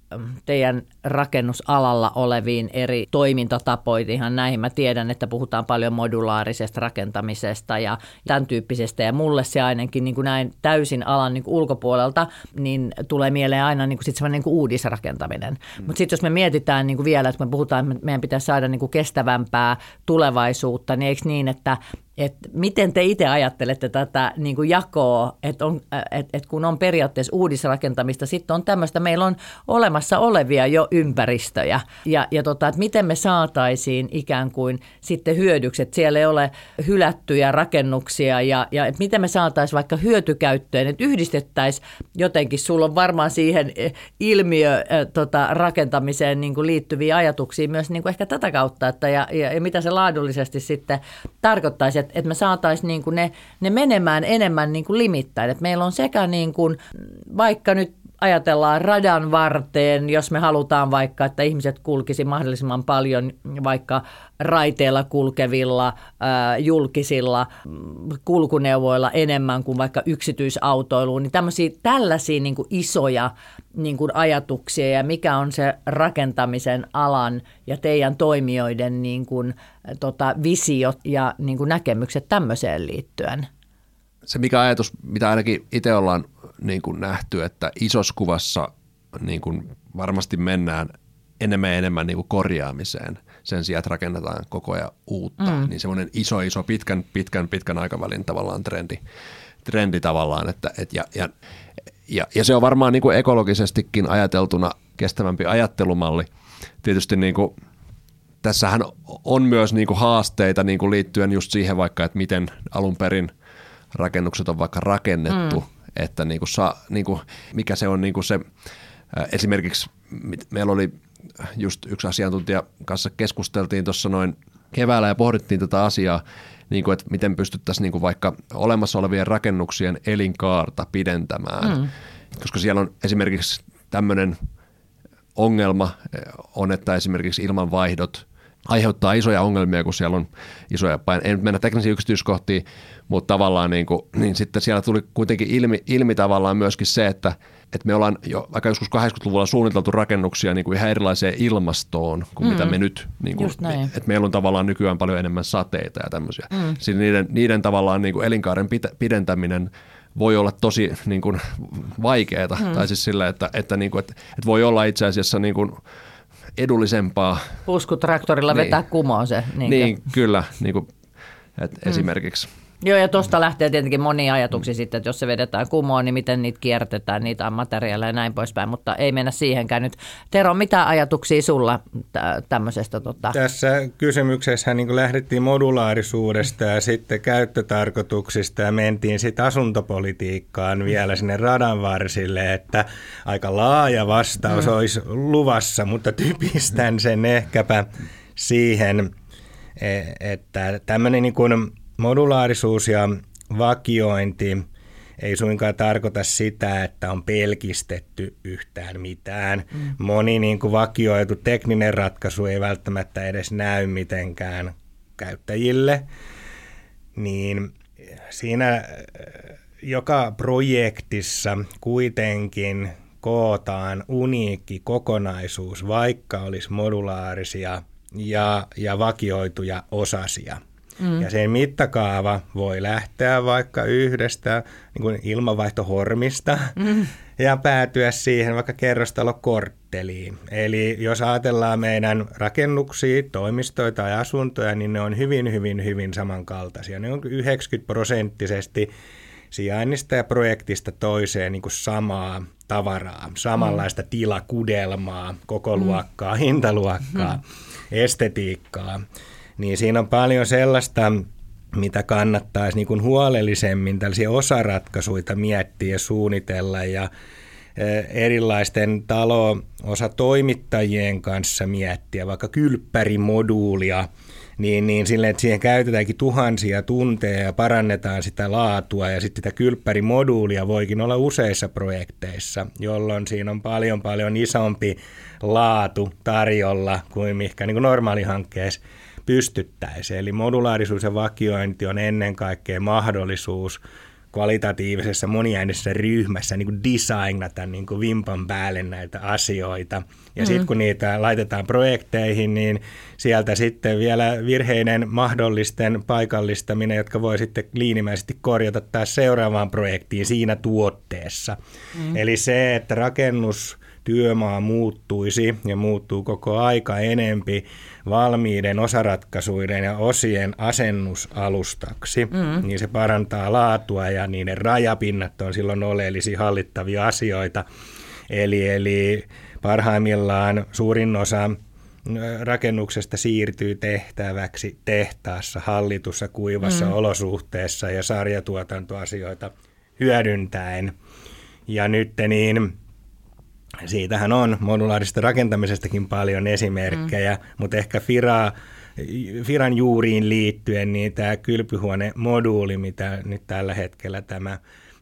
teidän rakennusalalla oleviin eri toimintatapoihin. Ihan näihin mä tiedän, että puhutaan paljon modulaarisesta rakentamisesta ja tämän tyyppisestä. Ja mulle se ainakin niin kuin näin täysin alan niin kuin ulkopuolelta, niin tulee mieleen aina niin kuin sit semmoinen niin kuin uudisrakentaminen. Mm. Mutta sitten jos me mietitään niin kuin vielä, että me puhutaan, että meidän pitäisi saada niin kuin kestävämpää tulevaisuutta, niin eikö niin, että että miten te itse ajattelette tätä niin kuin jakoa, että, on, että, että kun on periaatteessa uudisrakentamista, sitten on tämmöistä, meillä on olemassa olevia jo ympäristöjä ja, ja tota, että miten me saataisiin ikään kuin sitten hyödyksi, että siellä ei ole hylättyjä rakennuksia ja, ja että miten me saataisiin vaikka hyötykäyttöön, että yhdistettäisiin jotenkin, sulla on varmaan siihen ilmiö äh, tota, rakentamiseen niin kuin liittyviä ajatuksia myös niin kuin ehkä tätä kautta, että ja, ja, ja mitä se laadullisesti sitten tarkoittaisi, että että me saataisiin niin kuin ne, ne menemään enemmän niin kuin limittäin. Että meillä on sekä niin kuin, vaikka nyt ajatellaan radan varteen, jos me halutaan vaikka, että ihmiset kulkisi mahdollisimman paljon vaikka raiteilla kulkevilla, ää, julkisilla kulkuneuvoilla enemmän kuin vaikka yksityisautoiluun, niin tämmöisiä, tällaisia niin kuin isoja niin kuin ajatuksia ja mikä on se rakentamisen alan ja teidän toimijoiden niin kuin, tota, visiot ja niin kuin näkemykset tämmöiseen liittyen?
Se mikä ajatus, mitä ainakin itse ollaan niin kuin nähty, että isossa kuvassa niin kuin varmasti mennään enemmän ja enemmän niin kuin korjaamiseen sen sijaan, että rakennetaan koko ajan uutta. Mm. Niin semmoinen iso, iso, pitkän, pitkän, pitkän aikavälin tavallaan trendi, trendi tavallaan. Että, et ja, ja, ja, ja se on varmaan niin kuin ekologisestikin ajateltuna kestävämpi ajattelumalli. Tietysti niin kuin, tässähän on myös niin kuin haasteita niin kuin liittyen just siihen vaikka, että miten alun perin rakennukset on vaikka rakennettu, mm. että niin kuin sa, niin kuin, mikä se on niin kuin se, esimerkiksi meillä oli just yksi asiantuntija kanssa keskusteltiin tuossa noin keväällä ja pohdittiin tätä asiaa, niin kuin, että miten pystyttäisiin niin kuin vaikka olemassa olevien rakennuksien elinkaarta pidentämään, mm. koska siellä on esimerkiksi tämmöinen ongelma on, että esimerkiksi ilmanvaihdot aiheuttaa isoja ongelmia, kun siellä on isoja painoja. Ei nyt mennä teknisiin yksityiskohtiin, mutta tavallaan niin kuin, niin sitten siellä tuli kuitenkin ilmi, ilmi tavallaan myöskin se, että että me ollaan jo vaikka joskus kahdeksankymmentäluvulla suunniteltu rakennuksia niin kuin ihan erilaiseen ilmastoon kuin mm. mitä me nyt, niin kuin, että meillä on tavallaan nykyään paljon enemmän sateita ja tämmöisiä. Mm. Siis niiden, niiden tavallaan niin kuin elinkaaren pidentäminen voi olla tosi niin kuin vaikeaa, mm. tai siis sillä, että, että, niin kuin, että, että voi olla itse asiassa niin kuin edullisempaa.
Puskutraktorilla niin. vetää kumoon se.
Niin, niin kyllä, niin kuin, että mm. esimerkiksi.
Joo, ja tuosta lähtee tietenkin monia ajatuksia mm. sitten, että jos se vedetään kumoon, niin miten niitä kierrätetään, niitä materiaaleja ja näin poispäin, mutta ei mennä siihenkään nyt. Tero, mitä ajatuksia sulla tä- tämmöisestä? Tota?
Tässä kysymyksessä niin lähdettiin modulaarisuudesta ja sitten käyttötarkoituksista ja mentiin sitten asuntopolitiikkaan vielä sinne radan varsille, että aika laaja vastaus mm. olisi luvassa, mutta typistän sen ehkäpä siihen, että tämmöinen niin kuin modulaarisuus ja vakiointi ei suinkaan tarkoita sitä, että on pelkistetty yhtään mitään. Mm. Moni niin kuin vakioitu tekninen ratkaisu ei välttämättä edes näy mitenkään käyttäjille. Niin siinä joka projektissa kuitenkin kootaan uniikki kokonaisuus, vaikka olisi modulaarisia ja, ja vakioituja osasia. Mm. Ja sen mittakaava voi lähteä vaikka yhdestä niin kuin ilmanvaihtohormista mm. ja päätyä siihen vaikka kerrostalokortteliin. Eli jos ajatellaan meidän rakennuksia, toimistoja tai asuntoja, niin ne on hyvin, hyvin, hyvin samankaltaisia. Ne on yhdeksänkymmentä prosenttisesti sijainnista ja projektista toiseen niin kuin samaa tavaraa, samanlaista mm. tilakudelmaa, koko luokkaa, mm. hintaluokkaa, mm. estetiikkaa. Niin siinä on paljon sellaista, mitä kannattaisi niin kuin huolellisemmin tällaisia osaratkaisuja miettiä ja suunnitella ja erilaisten talo-osatoimittajien kanssa miettiä, vaikka kylppärimoduulia, niin, niin silleen, että siihen käytetäänkin tuhansia tunteja ja parannetaan sitä laatua ja sitten sitä kylppärimoduulia voikin olla useissa projekteissa, jolloin siinä on paljon paljon isompi laatu tarjolla kuin mikä niin kuin normaalihankkeessa pystyttäisiin. Eli modulaarisuus ja vakiointi on ennen kaikkea mahdollisuus kvalitatiivisessa moniäänisessä ryhmässä niin kuin designata niin kuin vimpan päälle näitä asioita. Ja mm. sitten kun niitä laitetaan projekteihin, niin sieltä sitten vielä virheinen mahdollisten paikallistaminen, jotka voi sitten liinimäisesti korjata taas seuraavaan projektiin siinä tuotteessa. Mm. Eli se, että rakennustyömaa muuttuisi ja muuttuu koko aika enempi valmiiden osaratkaisuiden ja osien asennusalustaksi, mm. niin se parantaa laatua ja niiden rajapinnat on silloin oleellisia hallittavia asioita. Eli, eli parhaimmillaan suurin osa rakennuksesta siirtyy tehtäväksi tehtaassa, hallitussa, kuivassa mm. olosuhteessa ja sarjatuotantoasioita hyödyntäen. Ja nyt niin siitähän on modulaarisesta rakentamisestakin paljon esimerkkejä, mm. mutta ehkä Fira, Firan juuriin liittyen niin tämä kylpyhuonemoduuli, mitä nyt tällä hetkellä tämä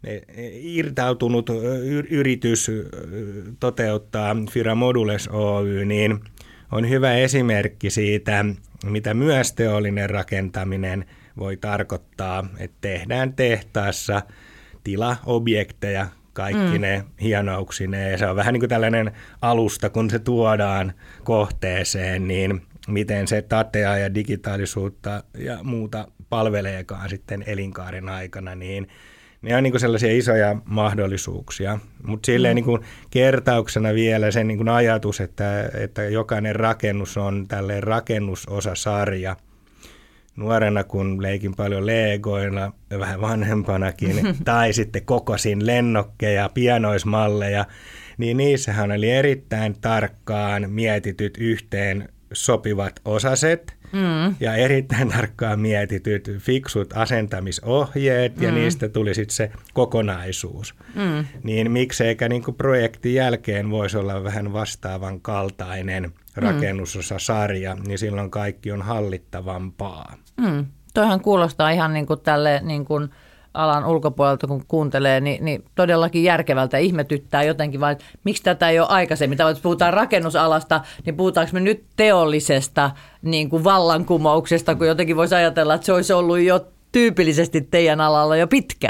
irtautunut yritys toteuttaa Fira Modules Oy, niin on hyvä esimerkki siitä, mitä myös teollinen rakentaminen voi tarkoittaa, että tehdään tehtaassa tilaobjekteja, kaikki mm. ne hienouksineen, ja se on vähän niin kuin tällainen alusta, kun se tuodaan kohteeseen, niin miten se tateaa ja digitaalisuutta ja muuta palveleekaan sitten elinkaaren aikana, niin ne on niin kuin sellaisia isoja mahdollisuuksia. Mutta silleen mm. niin kuin kertauksena vielä se niin kuin ajatus, että, että jokainen rakennus on tälleen rakennusosasarja. Nuorena, kun leikin paljon legoilla, vähän vanhempanakin, tai sitten kokosin lennokkeja, pianoismalleja, niin niissähän oli erittäin tarkkaan mietityt yhteen sopivat osaset mm. ja erittäin tarkkaan mietityt fiksut asentamisohjeet, mm. ja niistä tuli sitten se kokonaisuus. Mm. Niin mikseikä niin kuin projektin jälkeen voisi olla vähän vastaavan kaltainen rakennusosasarja, niin silloin kaikki on hallittavampaa. Mm.
Toihan kuulostaa ihan niin kuin tälle niin kuin alan ulkopuolelta, kun kuuntelee, niin, niin todellakin järkevältä ihmetyttää jotenkin, vaan miksi tätä ei ole aikaisemmin. Jos puhutaan rakennusalasta, niin puhutaanko me nyt teollisesta niin kuin vallankumouksesta, kun jotenkin voisi ajatella, että se olisi ollut jo tyypillisesti teidän alalla jo pitkään.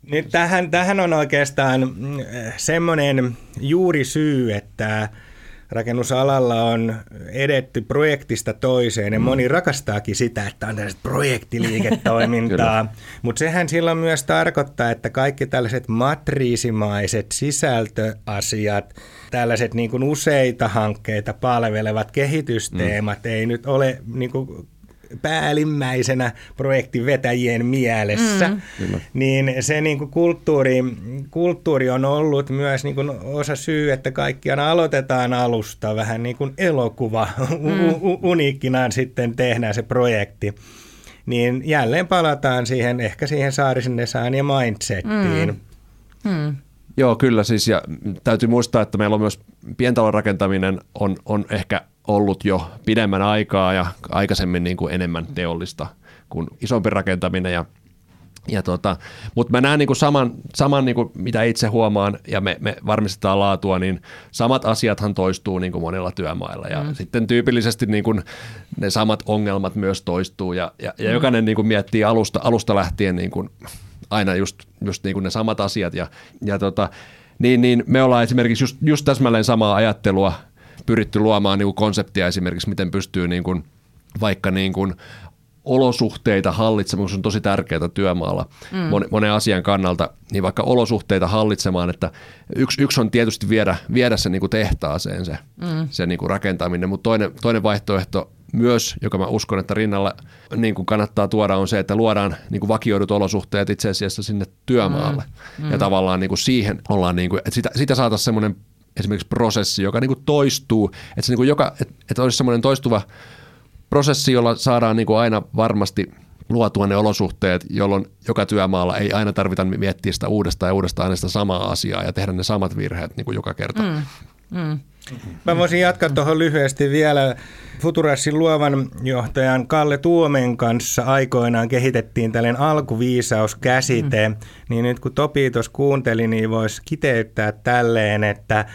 Nyt tähän, tähän on oikeastaan semmoinen juuri syy, että rakennusalalla on edetty projektista toiseen ja mm. moni rakastaakin sitä, että on tällaista projektiliiketoimintaa, mutta sehän silloin myös tarkoittaa, että kaikki tällaiset matriisimaiset sisältöasiat, tällaiset niin kuin useita hankkeita palvelevat kehitysteemat mm. ei nyt ole niin kuin päällimmäisenä projektin vetäjien mielessä, mm. niin se niin kuin kulttuuri, kulttuuri on ollut myös niin kuin osa syy, että kaikkiaan aloitetaan alusta vähän niin kuin elokuva, mm. u- uniikkinaan sitten tehdään se projekti. Niin jälleen palataan siihen, ehkä siihen Saarisen-Esaan ja mindsettiin.
Mm. Mm.
Joo, kyllä siis, ja täytyy muistaa, että meillä on myös pientalon rakentaminen on, on ehkä ollut jo pidemmän aikaa ja aikaisemmin niin kuin enemmän teollista kuin isompi rakentaminen. Ja, ja tota, mutta mä näen niin kuin saman, saman niin kuin mitä itse huomaan ja me, me varmistetaan laatua, niin samat asiathan toistuu niin kuin monilla työmailla. Ja mm. sitten tyypillisesti niin kuin ne samat ongelmat myös toistuu ja, ja, ja mm. jokainen niin kuin miettii alusta, alusta lähtien niin kuin aina just, just niin kuin ne samat asiat. Ja, ja tota, niin, niin me ollaan esimerkiksi just, just täsmälleen samaa ajattelua pyritty luomaan niin kuin konseptia esimerkiksi, miten pystyy niin kuin, vaikka niin kuin olosuhteita hallitsemaan, se on tosi tärkeää työmaalla mm. monen, monen asian kannalta, niin vaikka olosuhteita hallitsemaan, että yksi, yksi on tietysti viedä, viedä se niin kuin tehtaaseen se, mm. se niin kuin rakentaminen, mutta toinen, toinen vaihtoehto myös, joka mä uskon, että rinnalla niin kuin kannattaa tuoda, on se, että luodaan niin kuin vakioidut olosuhteet itse asiassa sinne työmaalle. Mm. Ja tavallaan niin kuin siihen ollaan, niin kuin, että sitä, sitä saataisiin semmoinen esimerkiksi prosessi, joka niin kuin toistuu, että, se niin kuin joka, että, että olisi semmoinen toistuva prosessi, jolla saadaan niin kuin aina varmasti luotua ne olosuhteet, jolloin joka työmaalla ei aina tarvita miettiä sitä uudestaan ja uudestaan aina sitä samaa asiaa ja tehdä ne samat virheet niin kuin joka kerta. Mm.
Mm. Mä voisin jatkaa tuohon lyhyesti vielä. Futurassin luovan johtajan Kalle Tuomen kanssa aikoinaan kehitettiin tällainen alkuviisauskäsite, mm. niin nyt kun Topi tuossa kuunteli, niin voisi kiteyttää tälleen, että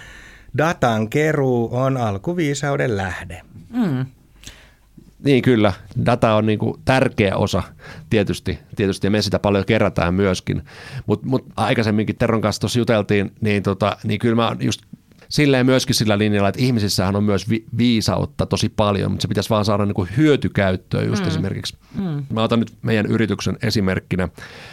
datan keruu on alkuviisauden lähde. Mm.
Niin kyllä, data on niin kuin tärkeä osa tietysti, tietysti ja me sitä paljon kerätään myöskin, mutta mut aikaisemminkin Teron kanssa tuossa juteltiin, niin, tota, niin kyllä mä just silleen myöskin sillä linjalla, että ihmisissähän on myös vi- viisautta tosi paljon, mutta se pitäisi vaan saada niin kuin hyötykäyttöön just mm. esimerkiksi. Mm. Mä otan nyt meidän yrityksen esimerkkinä.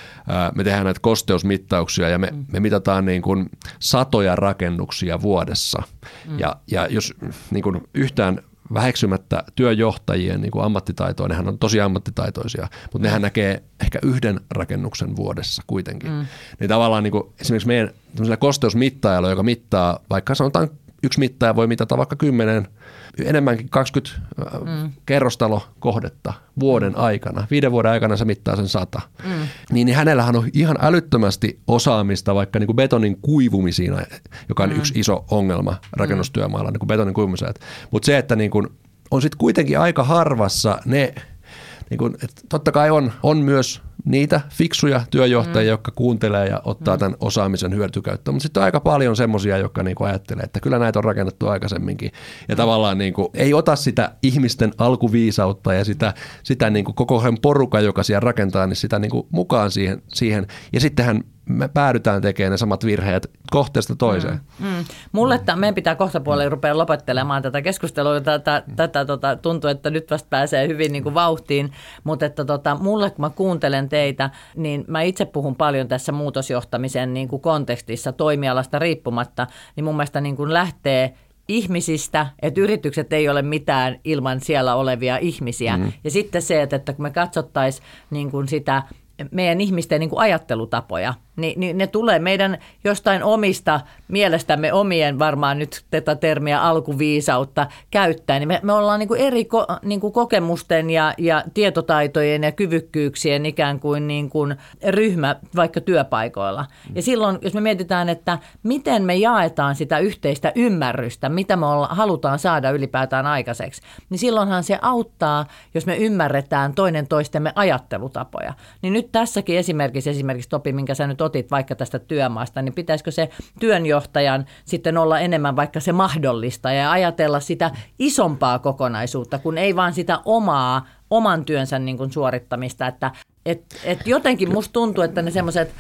Me tehdään näitä kosteusmittauksia ja me, mm. me mitataan niin kuin satoja rakennuksia vuodessa. Mm. Ja, ja jos niin kuin yhtään väheksymättä työjohtajien niin kuin ammattitaitoa, nehän on tosi ammattitaitoisia, mutta nehän näkee ehkä yhden rakennuksen vuodessa kuitenkin. Mm. Niin tavallaan niin kuin esimerkiksi meidän kosteusmittaajalla, joka mittaa, vaikka sanotaan yksi mittaaja voi mitata vaikka kymmenen, enemmänkin kaksikymmentä mm. kerrostalokohdetta vuoden aikana. Viiden vuoden aikana se mittaa sen sata. Mm. Niin, niin hänellähän on ihan älyttömästi osaamista vaikka niin kuin betonin kuivumisiin, joka on mm. yksi iso ongelma rakennustyömaalla, niin kuin betonin kuivumiseen. Mutta se, että niin kuin on sitten kuitenkin aika harvassa ne, niin kuin, että totta kai on, on myös niitä fiksuja työjohtajia, mm. jotka kuuntelee ja ottaa mm. tämän osaamisen hyötykäyttöön, mutta sitten on aika paljon semmoisia, jotka niinku ajattelee, että kyllä näitä on rakennettu aikaisemminkin ja mm. tavallaan niinku ei ota sitä ihmisten alkuviisautta ja sitä, sitä niinku koko porukan, joka siellä rakentaa, niin sitä niinku mukaan siihen, siihen ja sittenhän me päädytään tekemään ne samat virheet kohteesta toiseen. Mm, mm.
Mulle t- meidän pitää kohta puolella rupea lopettelemaan tätä keskustelua. Tätä, tätä tota, tuntuu, että nyt vasta pääsee hyvin niin kuin vauhtiin, mutta että tota, mulle kun mä kuuntelen teitä, niin mä itse puhun paljon tässä muutosjohtamisen niin kuin kontekstissa toimialasta riippumatta, niin mun mielestä niin kuin lähtee ihmisistä, että yritykset ei ole mitään ilman siellä olevia ihmisiä. Mm. Ja sitten se, että, että kun me katsottaisiin niin kuin sitä meidän ihmisten niin kuin ajattelutapoja, niin, niin ne tulee meidän jostain omista mielestämme omien varmaan nyt tätä termiä alkuviisautta käyttää, niin me, me ollaan niin kuin eri ko, niin kuin kokemusten ja, ja tietotaitojen ja kyvykkyyksien ikään kuin, niin kuin ryhmä vaikka työpaikoilla. Ja silloin, jos me mietitään, että miten me jaetaan sitä yhteistä ymmärrystä, mitä me olla, halutaan saada ylipäätään aikaiseksi, niin silloinhan se auttaa, jos me ymmärretään toinen toistemme ajattelutapoja. Niin nyt tässäkin esimerkiksi, esimerkiksi Topi, minkä sä nyt otit vaikka tästä työmaasta, niin pitäisikö se työnjohtajan sitten olla enemmän vaikka se mahdollista ja ajatella sitä isompaa kokonaisuutta, kun ei vaan sitä omaa, oman työnsä niin kuin suorittamista, että et, et jotenkin musta tuntuu, että ne semmoiset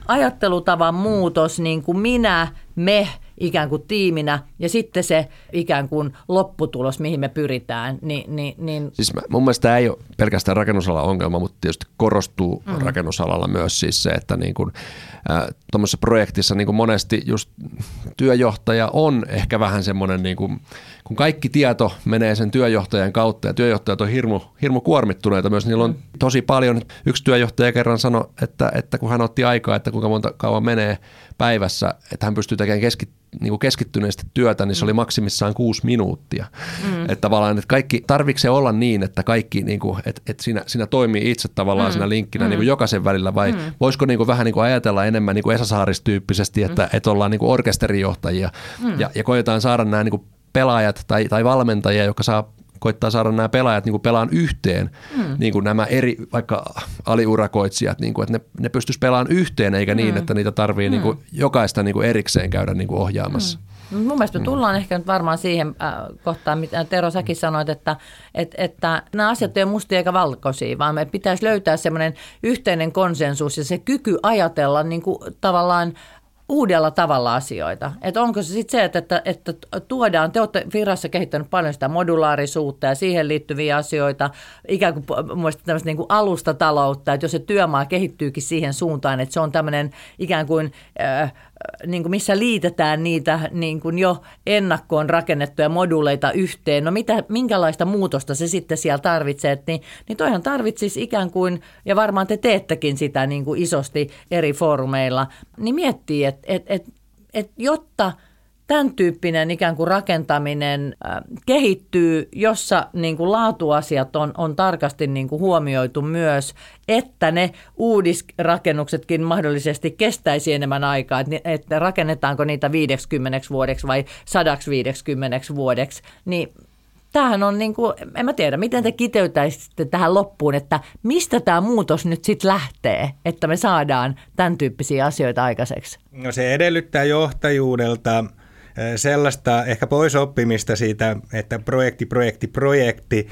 ajattelutavan muutos, niin kuin minä, me ikään kuin tiiminä ja sitten se ikään kuin lopputulos, mihin me pyritään. Niin, niin, niin.
Siis mä, mun mielestä tämä ei ole pelkästään rakennusalan ongelma, mutta tietysti korostuu mm. rakennusalalla myös siis se, että niin kuin, äh, tuommoisessa projektissa niin kuin monesti just työjohtaja on ehkä vähän semmoinen, niin kuin, kun kaikki tieto menee sen työjohtajan kautta ja työjohtajat on hirmu, hirmu kuormittuneita myös, niillä on tosi paljon. Yksi työjohtaja kerran sanoi, että, että kun hän otti aikaa, että kuinka monta kauan menee päivässä, että hän pystyy tekemään keski, niin kuin keskittyneesti työtä, niin se oli maksimissaan kuusi minuuttia. Mm. Että tavallaan, että kaikki, tarvitsee olla niin, että kaikki, niin kuin, että, että siinä, siinä toimii itse tavallaan mm. siinä linkkinä mm. niin kuin jokaisen välillä, vai mm. voisiko niin kuin vähän niin kuin ajatella enemmän niin kuin Esa Saaris-tyyppisesti, että, mm. että ollaan niin kuin orkesterijohtajia mm. ja, ja koetaan saada nämä niin kuin pelaajat tai, tai valmentajia, jotka saa koittaa saada nämä pelaajat niin kuin pelaan yhteen, mm. niin kuin nämä eri vaikka aliurakoitsijat, niin kuin, että ne, ne pystyisi pelaamaan yhteen, eikä mm. niin, että niitä tarvii mm. niin kuin jokaista niin kuin erikseen käydä niin kuin ohjaamassa.
Mm. Mun mielestä me tullaan mm. ehkä nyt varmaan siihen äh, kohtaan, mitä Tero säkin sanoit, että, et, että nämä asiat ei ole mustia eikä valkoisia, vaan me pitäisi löytää semmoinen yhteinen konsensus ja se kyky ajatella niin kuin tavallaan uudella tavalla asioita. Että onko se sitten se, että, että, että tuodaan, te olette Virassa kehittänyt paljon sitä modulaarisuutta ja siihen liittyviä asioita, ikään kuin muista tämmöistä niin kuin alustataloutta, että jos se työmaa kehittyykin siihen suuntaan, että se on tämmöinen ikään kuin, äh, niin kuin missä liitetään niitä niin kuin jo ennakkoon rakennettuja moduuleita yhteen. No mitä, minkälaista muutosta se sitten siellä tarvitsee, että niin, niin toihan tarvitsisi ikään kuin, ja varmaan te teettekin sitä niin kuin isosti eri foorumeilla, niin miettii, että et, et, et, jotta tämän tyyppinen ikään kuin rakentaminen äh, kehittyy, jossa niin kuin laatuasiat on, on tarkasti niin kuin huomioitu myös, että ne uudisrakennuksetkin mahdollisesti kestäisi enemmän aikaa, että, että rakennetaanko niitä viideksikymmeneksi vuodeksi vai sadaksi viideksikymmeneksi vuodeksi, niin tämähän on niin kuin, en mä tiedä, miten te kiteytäisitte tähän loppuun, että mistä tämä muutos nyt sitten lähtee, että me saadaan tämän tyyppisiä asioita aikaiseksi?
No se edellyttää johtajuudelta sellaista ehkä pois oppimista siitä, että projekti, projekti, projekti,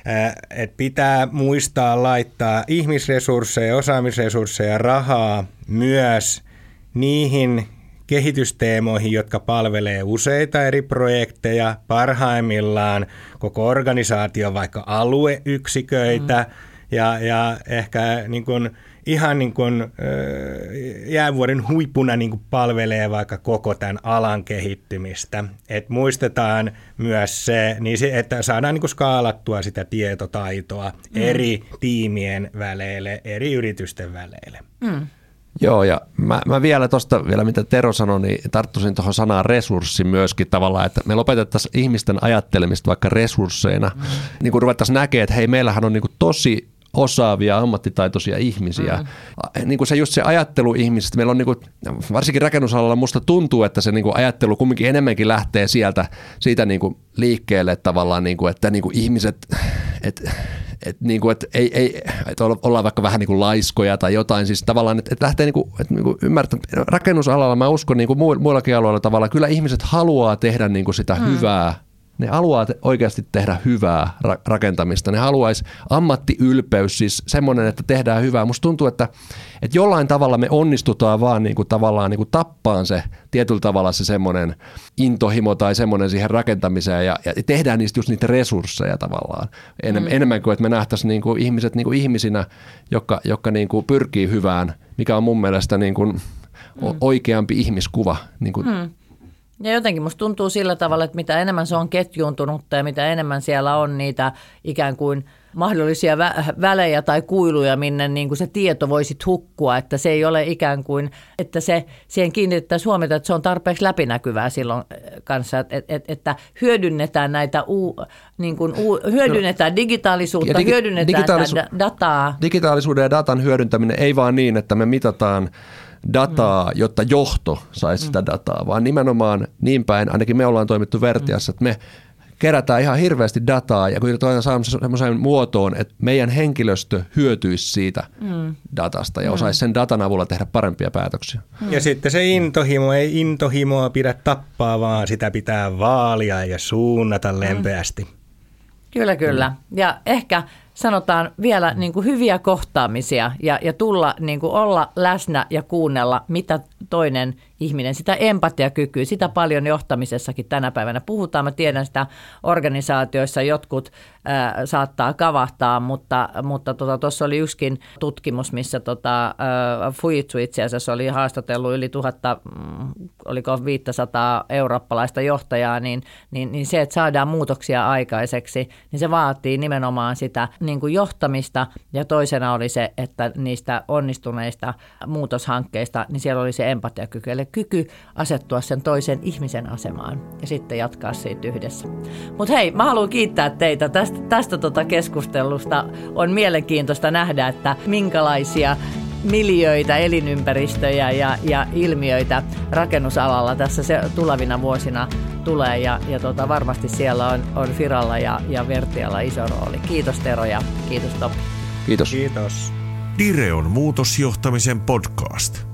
että pitää muistaa laittaa ihmisresursseja, osaamisresursseja, rahaa myös niihin kehitysteemoihin, jotka palvelee useita eri projekteja, parhaimmillaan koko organisaation vaikka alueyksiköitä mm. ja, ja ehkä niin kuin, ihan niin kuin, jäävuoren huipuna niin kuin palvelee vaikka koko tämän alan kehittymistä. Et muistetaan myös se, niin se että saadaan niin kuin skaalattua sitä tietotaitoa mm. eri tiimien väleille, eri yritysten väleille. Mm.
Joo, ja mä, mä vielä tuosta, vielä mitä Tero sanoi, niin tarttuisin tuohon sanaan resurssi myöskin tavallaan, että me lopetettaisiin ihmisten ajattelemista vaikka resursseina. Mm. Niin kuin ruvettaisiin näkemään, että hei, meillähän on niin kuin tosi osaavia, ammattitaitoisia ihmisiä. Mm. Niin kuin se just se ajattelu ihmisistä, meillä on niin kuin, varsinkin rakennusalalla musta tuntuu, että se niin kuin ajattelu kumminkin enemmänkin lähtee sieltä, siitä niin kuin liikkeelle tavallaan, niin kuin, että niin kuin ihmiset, että Että niinku, et ei, ei, et ollaan vaikka vähän niinku laiskoja tai jotain, siis tavallaan, että et lähtee niinku, et niinku ymmärtää, rakennusalalla mä uskon niinku muillakin alueilla tavallaan, kyllä ihmiset haluaa tehdä niinku sitä mm. hyvää, ne haluaa te- oikeasti tehdä hyvää ra- rakentamista, ne haluaisi ammattiylpeys, siis semmoinen, että tehdään hyvää. Musta tuntuu, että, että jollain tavalla me onnistutaan vaan niinku tavallaan niinku tappaan se tietyllä tavalla se semmoinen intohimo tai semmoinen siihen rakentamiseen ja, ja tehdään niistä just niitä resursseja tavallaan. En, mm. Enemmän kuin, että me nähtäisiin niinku ihmiset niinku ihmisinä, jotka, jotka niinku pyrkii hyvään, mikä on mun mielestä niinku mm. oikeampi ihmiskuva. Niinku.
Mm. Ja jotenkin musta tuntuu sillä tavalla, että mitä enemmän se on ketjuuntunutta ja mitä enemmän siellä on niitä ikään kuin mahdollisia vä- välejä tai kuiluja, minne niin kuin se tieto voisi hukkua, että se ei ole ikään kuin, että se, siihen kiinnitettäisiin huomiota, että se on tarpeeksi läpinäkyvää silloin kanssa, että, että, että hyödynnetään näitä, uu, niin kuin uu, hyödynnetään digitaalisuutta, digi- hyödynnetään digitaalisu- dataa.
Digitaalisuuden ja datan hyödyntäminen ei vaan niin, että me mitataan dataa, mm. jotta johto saisi mm. sitä dataa, vaan nimenomaan niin päin, ainakin me ollaan toimittu Vertiassa, mm. että me kerätään ihan hirveästi dataa ja kun toinen saa semmoisen muotoon, että meidän henkilöstö hyötyisi siitä mm. datasta ja mm. osaisi sen datan avulla tehdä parempia päätöksiä.
Mm. Ja sitten se intohimo, ei intohimoa pidä tappaa, vaan sitä pitää vaalia ja suunnata lempeästi.
Mm. Kyllä, kyllä. Ja ehkä sanotaan vielä niin kuin hyviä kohtaamisia ja, ja tulla niin kuin olla läsnä ja kuunnella, mitä toinen ihminen, sitä empatiakykyä, sitä paljon johtamisessakin tänä päivänä puhutaan. Mä tiedän sitä organisaatioissa jotkut ää, saattaa kavahtaa, mutta mutta tuossa tota, oli yksikin tutkimus, missä tota, Fujitsu itse asiassa oli haastatellut yli tuhatta, oliko viisisataa eurooppalaista johtajaa, niin, niin, niin se, että saadaan muutoksia aikaiseksi, niin se vaatii nimenomaan sitä niin kuin johtamista ja toisena oli se, että niistä onnistuneista muutoshankkeista, niin siellä oli se empatiakyky, eli kyky asettua sen toisen ihmisen asemaan ja sitten jatkaa siitä yhdessä. Mutta hei, mä haluan kiittää teitä tästä, tästä tota keskustelusta. On mielenkiintoista nähdä, että minkälaisia miljöitä, elinympäristöjä ja, ja ilmiöitä rakennusalalla tässä se, tulevina vuosina tulee ja, ja tota, varmasti siellä on, on Firalla ja, ja Vertialla iso rooli. Kiitos Tero ja kiitos Topi.
Kiitos.
Kiitos.
Direon muutosjohtamisen podcast.